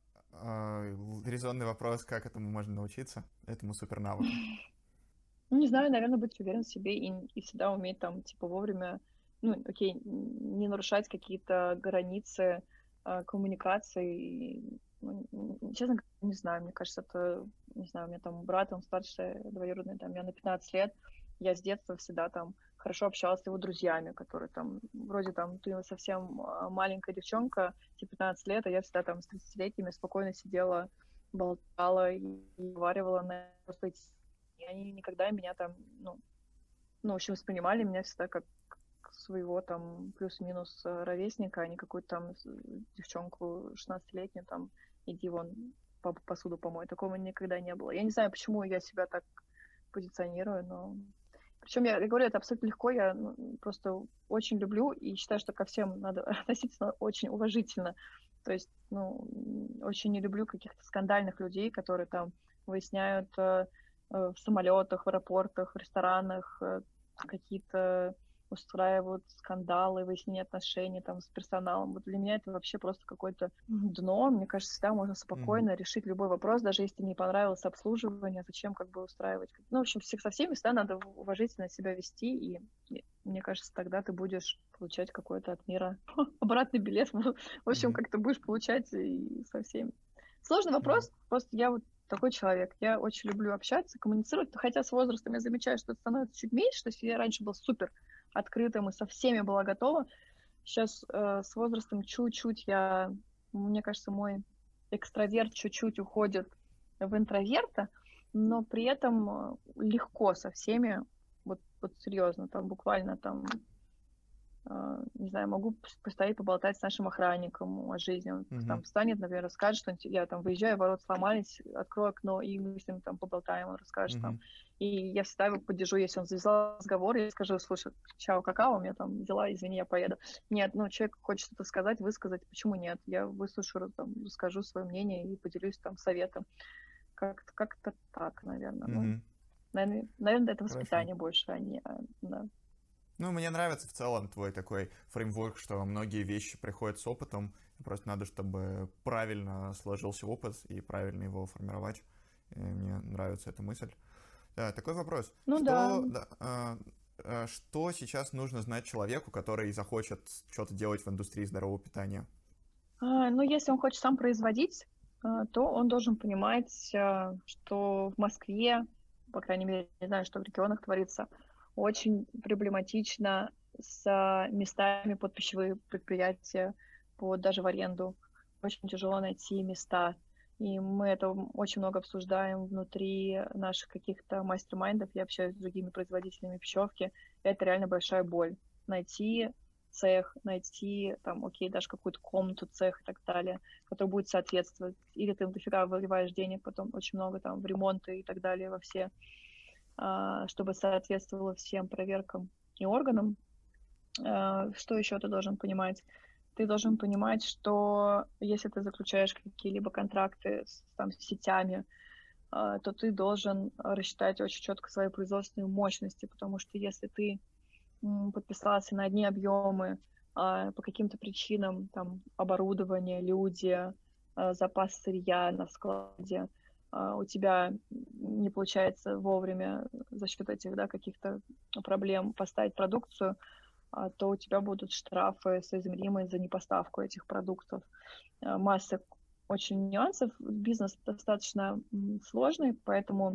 Резонный вопрос: как этому можно научиться, этому супернавыку? Ну, не знаю, наверное, быть уверен в себе и, и всегда уметь там, типа, вовремя, ну, окей, не нарушать какие-то границы э, коммуникации. Ну, честно говоря, не знаю, мне кажется, это, не знаю, у меня там брат, он старше, двоюродный, там, я на пятнадцать лет, я с детства всегда там хорошо общалась с его друзьями, которые там, вроде там, ты совсем маленькая девчонка, типа пятнадцать лет, а я всегда там с тридцатилетними спокойно сидела, болтала и говорила на просто эти... И они никогда меня там, ну, ну, в общем, воспринимали меня всегда как своего там плюс-минус ровесника, а не какую-то там девчонку шестнадцатилетнюю там, иди вон папу посуду помой. Такого никогда не было. Я не знаю, почему я себя так позиционирую, но... Причем я, я говорю, это абсолютно легко, я ну, просто очень люблю и считаю, что ко всем надо относиться очень уважительно. То есть, ну, очень не люблю каких-то скандальных людей, которые там выясняют э, э, в самолетах, в аэропортах, в ресторанах э, какие-то устраивают скандалы, выяснение отношений там с персоналом. Вот для меня это вообще просто какое-то дно. Мне кажется, всегда можно спокойно mm-hmm. решить любой вопрос, даже если не понравилось обслуживание, зачем как бы устраивать. Ну, в общем, всех со всеми всегда надо уважительно себя вести, и, и мне кажется, тогда ты будешь получать какой-то от мира обратный билет. В общем, mm-hmm. как ты будешь получать и со всеми. Сложный вопрос, mm-hmm. просто я вот такой человек. Я очень люблю общаться, коммуницировать, хотя с возрастом я замечаю, что это становится чуть меньше. То есть я раньше был супер открытым и со всеми была готова. Сейчас э, с возрастом чуть-чуть я, мне кажется, мой экстраверт чуть-чуть уходит в интроверта, но при этом легко со всеми, вот, вот серьезно, там буквально там, э, не знаю, могу постоять, поболтать с нашим охранником о жизни. Он mm-hmm. там встанет, например, расскажет, что я там выезжаю, ворот сломались, открою окно, и мы с ним там поболтаем, он расскажет mm-hmm. там. И я всегда его поддержу, если он завязал разговор, я скажу: слушай, чао, какао, у меня там дела, извини, я поеду. Нет, ну, человек хочет что-то сказать, высказать, почему нет? Я выслушаю, там, расскажу свое мнение и поделюсь там советом. Как-то, как-то так, наверное. Mm-hmm. Ну, наверное, наверное, это воспитание Хорошо. Больше, а не... Да. Ну, мне нравится в целом твой такой фреймворк, что многие вещи приходят с опытом, просто надо, чтобы правильно сложился опыт и правильно его формировать. И мне нравится эта мысль. Да, такой вопрос. Ну что, да. да а, а, что сейчас нужно знать человеку, который захочет что-то делать в индустрии здорового питания? А, ну, если он хочет сам производить, то он должен понимать, что в Москве, по крайней мере, не знаю, что в регионах творится, очень проблематично с местами под пищевые предприятия, под даже в аренду. Очень тяжело найти места. И мы это очень много обсуждаем внутри наших каких-то мастер-майндов. Я общаюсь с другими производителями пищевки. Это реально большая боль. Найти цех, найти, там, окей, даже какую-то комнату, цех и так далее, который будет соответствовать. Или ты дофига выливаешь денег, потом очень много там в ремонты и так далее, во все, чтобы соответствовало всем проверкам и органам. Что еще ты должен понимать? Ты должен понимать, что если ты заключаешь какие-либо контракты с, там, с сетями, то ты должен рассчитать очень четко свои производственные мощности, потому что если ты подписался на одни объемы по каким-то причинам, там, оборудование, люди, запас сырья на складе, у тебя не получается вовремя за счет этих, да, каких-то проблем поставить продукцию, а, то у тебя будут штрафы соизмеримые за непоставку этих продуктов. А, Масса очень нюансов. Бизнес достаточно м, сложный, поэтому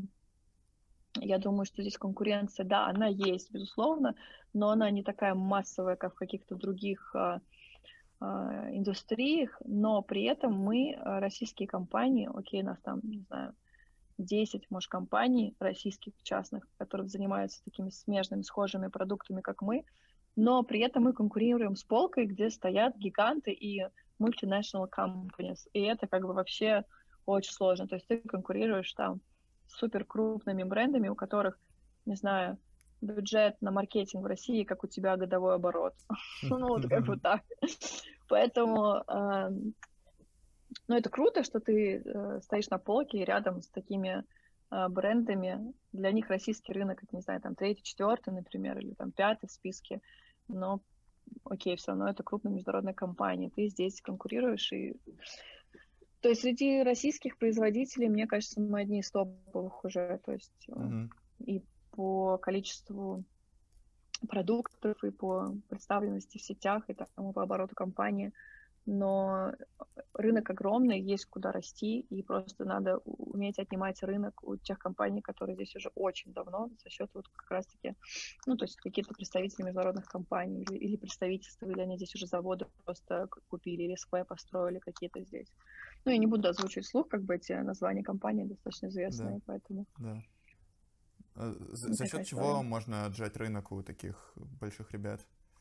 я думаю, что здесь конкуренция, да, она есть, безусловно, но она не такая массовая, как в каких-то других а, а, индустриях, но при этом мы, а, российские компании, окей, нас там, не знаю, десять, может, компаний российских частных, которые занимаются такими смежными, схожими продуктами, как мы, но при этом мы конкурируем с полкой, где стоят гиганты и multinational companies, и это как бы вообще очень сложно. То есть ты конкурируешь там с супер крупными брендами, у которых, не знаю, бюджет на маркетинг в России, как у тебя годовой оборот. Ну, вот как бы так. Поэтому, э, ну, это круто, что ты э, стоишь на полке рядом с такими э, брендами. Для них российский рынок, это, не знаю, там третий, четвертый, например, или там пятый в списке. Но, окей, все равно это крупная международная компания. Ты здесь конкурируешь. И... То есть среди российских производителей, мне кажется, мы одни из топовых уже. То есть Мгм. и по количеству продуктов, и по представленности в сетях, и там, по обороту компании. Но рынок огромный, есть куда расти, и просто надо уметь отнимать рынок у тех компаний, которые здесь уже очень давно, за счет вот как раз-таки, ну, то есть какие-то представители международных компаний или, или представительства, или они здесь уже заводы просто купили, или СП построили какие-то здесь. Ну, я не буду озвучивать вслух, как бы эти названия компаний достаточно Да, известные, поэтому да. А За, вот за счет такая чего история. можно отжать рынок у таких больших ребят?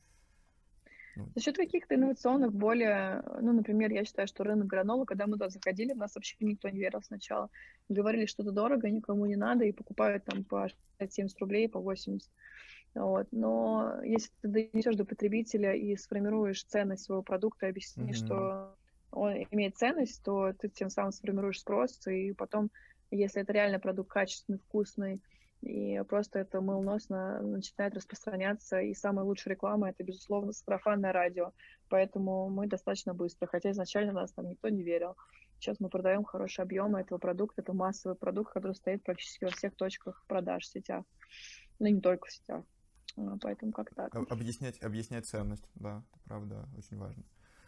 Ну, За счет каких-то инновационных, более, ну, например, я считаю, что рынок гранолы, когда мы туда заходили, в нас вообще никто не верил сначала. Говорили, что это дорого, никому не надо, и покупают там по шестьдесят-семьдесят рублей, по восемьдесят. Вот. Но если ты донесешь до потребителя и сформируешь ценность своего продукта, объяснишь, мгм. что он имеет ценность, то ты тем самым сформируешь спрос, и потом, если это реально продукт качественный, вкусный, и просто это молниеносно начинает распространяться, и самая лучшая реклама — это, безусловно, сарафанное радио. Поэтому мы достаточно быстро, хотя изначально нас там никто не верил. Сейчас мы продаем хорошие объемы этого продукта, это массовый продукт, который стоит практически во всех точках продаж в сетях, ну и не только в сетях. А, Поэтому как так. Об- Объяснять, объяснять ценность, да, это правда очень важно.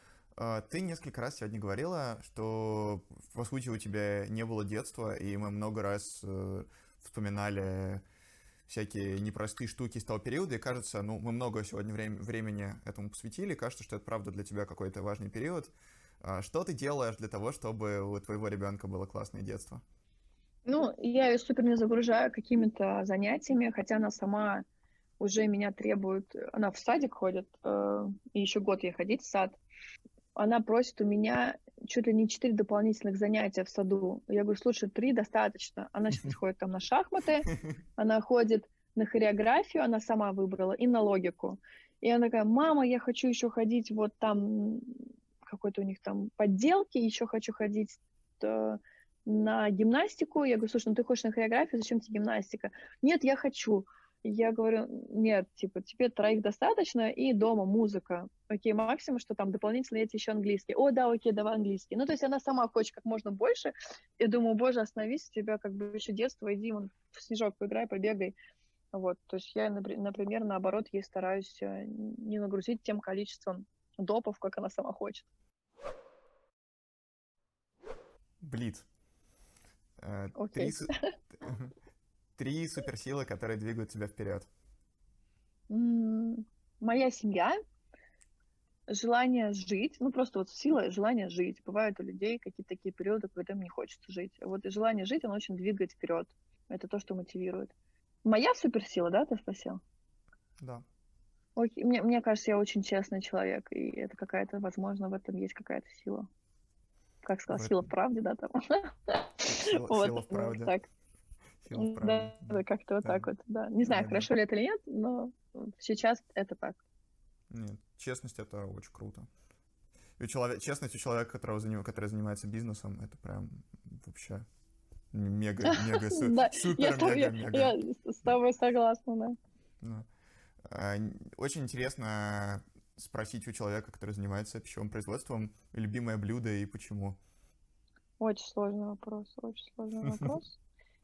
А, Ты несколько раз сегодня говорила, что, по сути, у тебя не было детства, и мы много раз э, вспоминали всякие непростые штуки с того периода, и кажется, ну, мы много сегодня врем- времени этому посвятили, кажется, что это правда для тебя какой-то важный период. А Что ты делаешь для того, чтобы у твоего ребенка было классное детство? Ну, я ее супер не загружаю какими-то занятиями, хотя она сама уже меня требует, она в садик ходит, э, и еще год ей ходить в сад. Она просит у меня чуть ли не четыре дополнительных занятия в саду. Я говорю, слушай, три достаточно. Она сейчас ходит там на шахматы, она ходит на хореографию, она сама выбрала, и на логику. И она такая, мама, я хочу еще ходить вот там, какой-то у них там подделки, еще хочу ходить э, на гимнастику. Я говорю, слушай, ну ты хочешь на хореографию, зачем тебе гимнастика? Нет, я хочу. Я говорю, нет, типа, тебе троих достаточно, и дома музыка. Окей, максимум, что там дополнительно эти еще английский. О, да, окей, давай английский. Ну, то есть она сама хочет как можно больше. Я думаю, боже, остановись, у тебя как бы еще детство, иди вон в снежок поиграй, побегай. Вот, то есть я, например, наоборот, ей стараюсь э, не нагрузить тем количеством допов, как она сама хочет. Блиц. Э, Три, Окей. су- три суперсилы, которые двигают тебя вперед. М, Моя семья, желание жить, ну просто вот сила, желание жить. Бывают у людей какие-то такие периоды, когда им не хочется жить. Вот и желание жить, оно очень двигает вперед. Это то, что мотивирует. Моя суперсила, да, ты спросил? Да. Окей. Мне, мне кажется, я очень честный человек, и это какая-то, возможно, в этом есть какая-то сила. Как сказала, В сила в этом правде, да, там. си- сила, Вот, сила в ну, правде. так. Сила в правде, Да, да. да, как-то вот Да, так вот, да. Не знаю, да, да. хорошо ли это или нет, но сейчас это так. Нет, честность — это очень круто. И у человека, честность у человека, которого заним- который занимается бизнесом, это прям вообще мега, мега, су- Да, я с супер, тобой, мега, я, мега. я с тобой согласна, да. Да. А, н- Очень интересно спросить у человека, который занимается пищевым производством, любимое блюдо и почему. Очень сложный вопрос, очень сложный вопрос.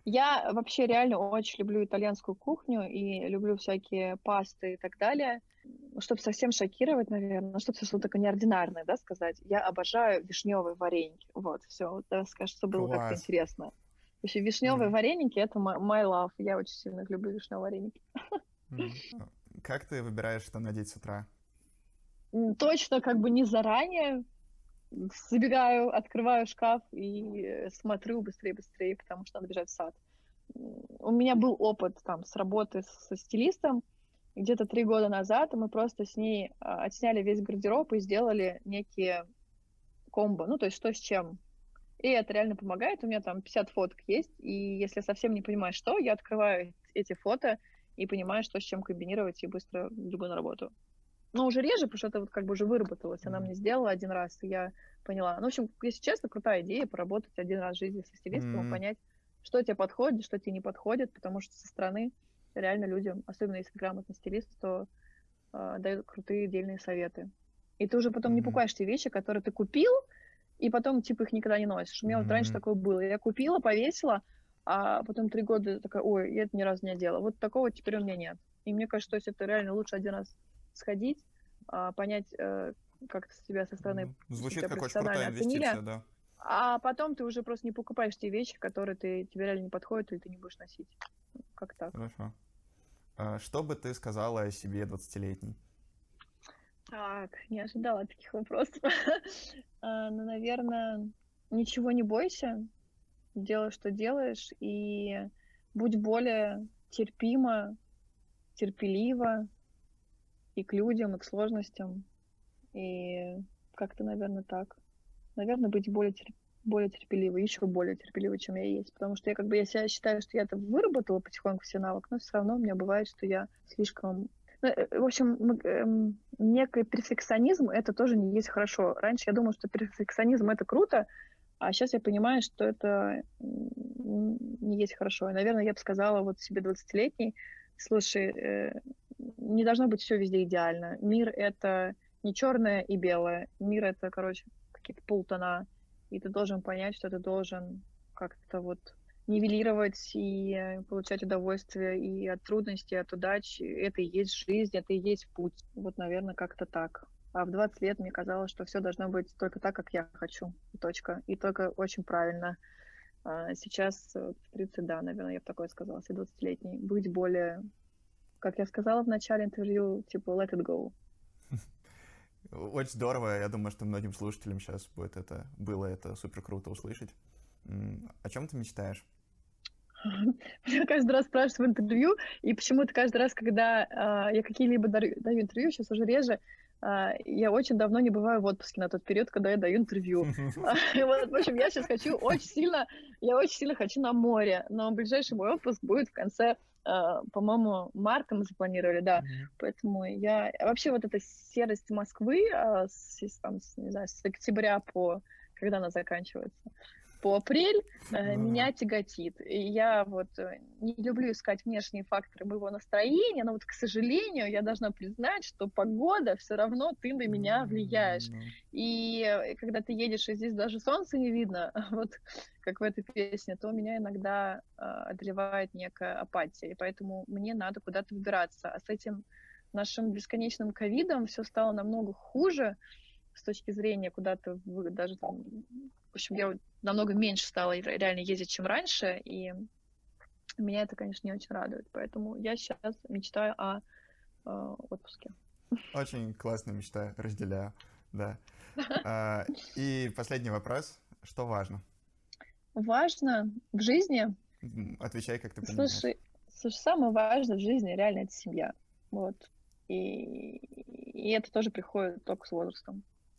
Я вообще реально очень люблю итальянскую кухню и люблю всякие пасты и так далее. Чтобы совсем шокировать, наверное, чтобы что-то такое неординарное, да, сказать, я обожаю вишневые вареники. Вот, все, вот, да, скажешь, что было как-то Класс. интересно. Вообще, вишневые Мгм. вареники — это my, my love. Я очень сильно люблю вишневые вареники. Мгм. А Как ты выбираешь, что надеть с утра? М, Точно как бы не заранее. Забегаю, открываю шкаф и э, смотрю быстрее-быстрее, потому что надо бежать в сад. М, У меня был опыт там с работы со стилистом где-то три года назад, и мы просто с ней а, отсняли весь гардероб и сделали некие комбо, ну, то есть что с чем. И это реально помогает. У меня там пятьдесят фоток есть, и если я совсем не понимаю, что, я открываю эти фото и понимаю, что с чем комбинировать, и быстро бегу на работу. Но уже реже, потому что это вот как бы уже выработалось. Она М. мне сделала один раз, и я поняла. Ну, в общем, если честно, крутая идея поработать один раз в жизни со стилистом и М. понять, что тебе подходит, что тебе не подходит, потому что со стороны реально людям, особенно если грамотный стилист, то э, дают крутые дельные советы. И ты уже потом не Мгм. покупаешь те вещи, которые ты купил, и потом, типа, их никогда не носишь. У меня вот раньше М. такое было. Я купила, повесила, а потом три года такая, ой, я это ни разу не одела. Вот такого теперь у меня нет. И мне кажется, что если это реально лучше один раз сходить, а, понять, э, как себя со стороны, Ну, чтобы звучит тебя как очень профессионально крутая оценили, инвестиция, да. а потом ты уже просто не покупаешь те вещи, которые ты, тебе реально не подходят, и ты не будешь носить. Как так? Хорошо. А Что бы ты сказала о себе двадцатилетней? Так, не ожидала таких вопросов. А, Ну, наверное, ничего не бойся, делай, что делаешь, и будь более терпима, терпелива и к людям, и к сложностям. И как-то, наверное, так. Наверное, быть более, тер... более терпеливой, еще более терпеливой, чем я есть. Потому что я как бы я себя считаю, что я это выработала потихоньку все навык, но все равно у меня бывает, что я слишком... Ну, э, в общем, м- эм, некий перфекционизм — это тоже не есть хорошо. Раньше я думала, что перфекционизм — это круто, а сейчас я понимаю, что это м, не есть хорошо. И, наверное, я бы сказала вот себе двадцатилетней, слушай, э, не должно быть все везде идеально. Мир — это не черное и белое. Мир — это, короче, какие-то полтона. И ты должен понять, что ты должен как-то вот нивелировать и э, получать удовольствие и от трудностей, и от удач. Это и есть жизнь, это и есть путь. Вот, наверное, как-то так. А в двадцать лет мне казалось, что все должно быть только так, как я хочу. И точка. И только очень правильно. А сейчас э, в тридцать, да, наверное, я бы такое сказала, если двадцатилетний. Быть более, как я сказала в начале интервью, типа let it go. Очень здорово. Я думаю, что многим слушателям сейчас будет это, было это супер круто услышать. М, О чем ты мечтаешь? Меня каждый раз спрашивают в интервью, и почему-то каждый раз, когда а, я какие-либо дарю, даю интервью, сейчас уже реже, а, я очень давно не бываю в отпуске на тот период, когда я даю интервью. А, и вот, в общем, я сейчас хочу очень сильно, я очень сильно хочу на море, но ближайший мой отпуск будет в конце, а, по-моему, марта мы запланировали, да. Мгм. Поэтому я... Вообще вот эта серость Москвы, а, с, с, там, с, не знаю, с октября по... Когда она заканчивается? По апрель э, Ну меня тяготит. И я вот э, не люблю искать внешние факторы моего настроения, но вот, к сожалению, я должна признать, что погода все равно ты на меня влияешь. да. И э, когда ты едешь, и здесь даже солнца не видно, вот как в этой песне, то меня иногда э, одолевает некая апатия. И поэтому мне надо куда-то выбираться. А с этим нашим бесконечным ковидом все стало намного хуже с точки зрения куда-то вы- даже там, в общем, я вот намного меньше стала реально ездить, чем раньше, и меня это, конечно, не очень радует. Поэтому я сейчас мечтаю о э, отпуске. Очень классная мечта, разделяю. Да. А, И последний вопрос. Что важно? Важно в жизни, М, Отвечай, как ты понимаешь. слушай, слушай, самое важное в жизни реально это семья. Вот. И, и это тоже приходит только с возрастом.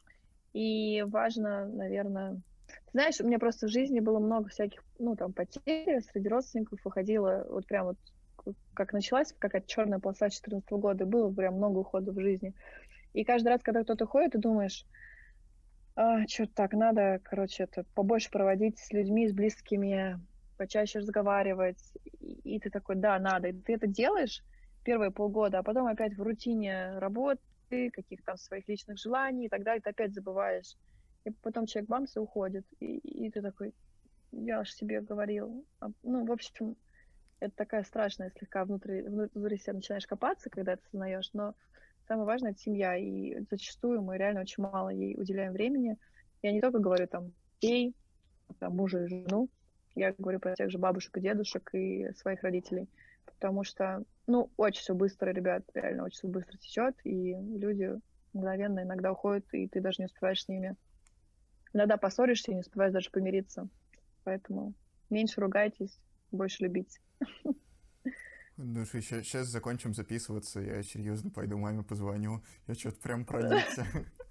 И важно, наверное, знаешь, у меня просто в жизни было много всяких, ну, там, потерь среди родственников, выходила вот прям вот к- как началась какая-то черная полоса с две тысячи четырнадцатого года, было прям много уходов в жизни. И каждый раз, когда кто-то ходит, ты думаешь, а, что так, надо, короче, это побольше проводить с людьми, с близкими, почаще разговаривать. И, и ты такой, да, надо. И ты это делаешь первые полгода, а потом опять в рутине работы, каких-то там своих личных желаний и так далее, ты опять забываешь. И потом человек бамс и уходит. И, и ты такой, я уж себе говорил. А, Ну, в общем, это такая страшная слегка внутри, вну- внутри себя начинаешь копаться, когда это осознаешь, но самое важное — это семья, и зачастую мы реально очень мало ей уделяем времени. Я не только говорю там ей, там, мужа и жену, я говорю про тех же бабушек и дедушек и своих родителей, потому что, ну, очень все быстро, ребят, реально очень все быстро течет, и люди мгновенно иногда уходят, и ты даже не успеваешь с ними. Иногда поссоришься и не успеваешь даже помириться. Поэтому меньше ругайтесь, больше любите. Ну что, сейчас закончим записываться, я серьезно пойду маме позвоню. Я что-то прям проникся.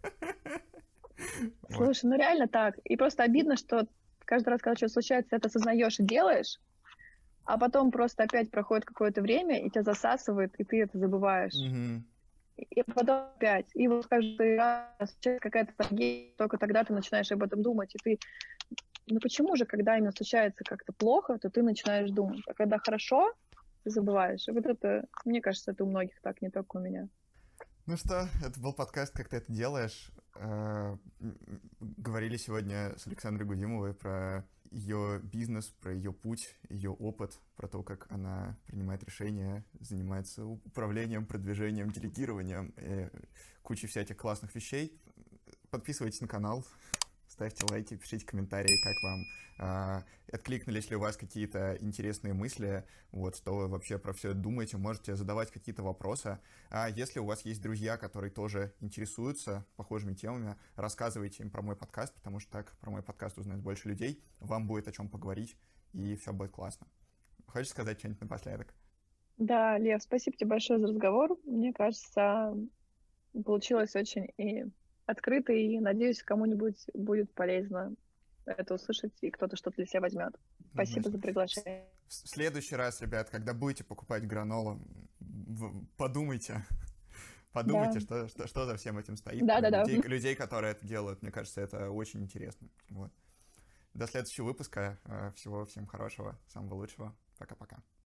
Вот. Слушай, ну реально так. И просто обидно, что каждый раз, когда что-то случается, ты это осознаешь и делаешь, а потом просто опять проходит какое-то время, и тебя засасывает, и ты это забываешь. Мгм. И потом опять. И вот каждый раз случается какая-то трагедия, только тогда ты начинаешь об этом думать. И ты, ну почему же, когда именно случается как-то плохо, то ты начинаешь думать. А когда хорошо, ты забываешь. И вот это, мне кажется, это у многих так, не только у меня. Ну что, это был подкаст «Как ты это делаешь». Э, м, Говорили сегодня с Александрой Гудимовой про ее бизнес, про ее путь, ее опыт, про то, как она принимает решения, занимается управлением, продвижением, делегированием, и кучей всяких классных вещей. Подписывайтесь на канал, ставьте лайки, пишите комментарии, как вам, а, откликнулись ли у вас какие-то интересные мысли, вот, что вы вообще про все это думаете, можете задавать какие-то вопросы. А если у вас есть друзья, которые тоже интересуются похожими темами, рассказывайте им про мой подкаст, потому что так про мой подкаст узнает больше людей, вам будет о чем поговорить, и все будет классно. Хочешь сказать что-нибудь напоследок? Да, Лев, спасибо тебе большое за разговор. Мне кажется, получилось очень и открыто, и надеюсь, кому-нибудь будет полезно это услышать, и кто-то что-то для себя возьмет. Спасибо Однозначно. за приглашение. В следующий раз, ребят, когда будете покупать гранолу, в- подумайте, Да, подумайте, что, что, что за всем этим стоит, да, про да, да. людей, людей, которые это делают. Мне кажется, это очень интересно. Вот. До следующего выпуска. Э, Всего всем хорошего, самого лучшего. Пока-пока.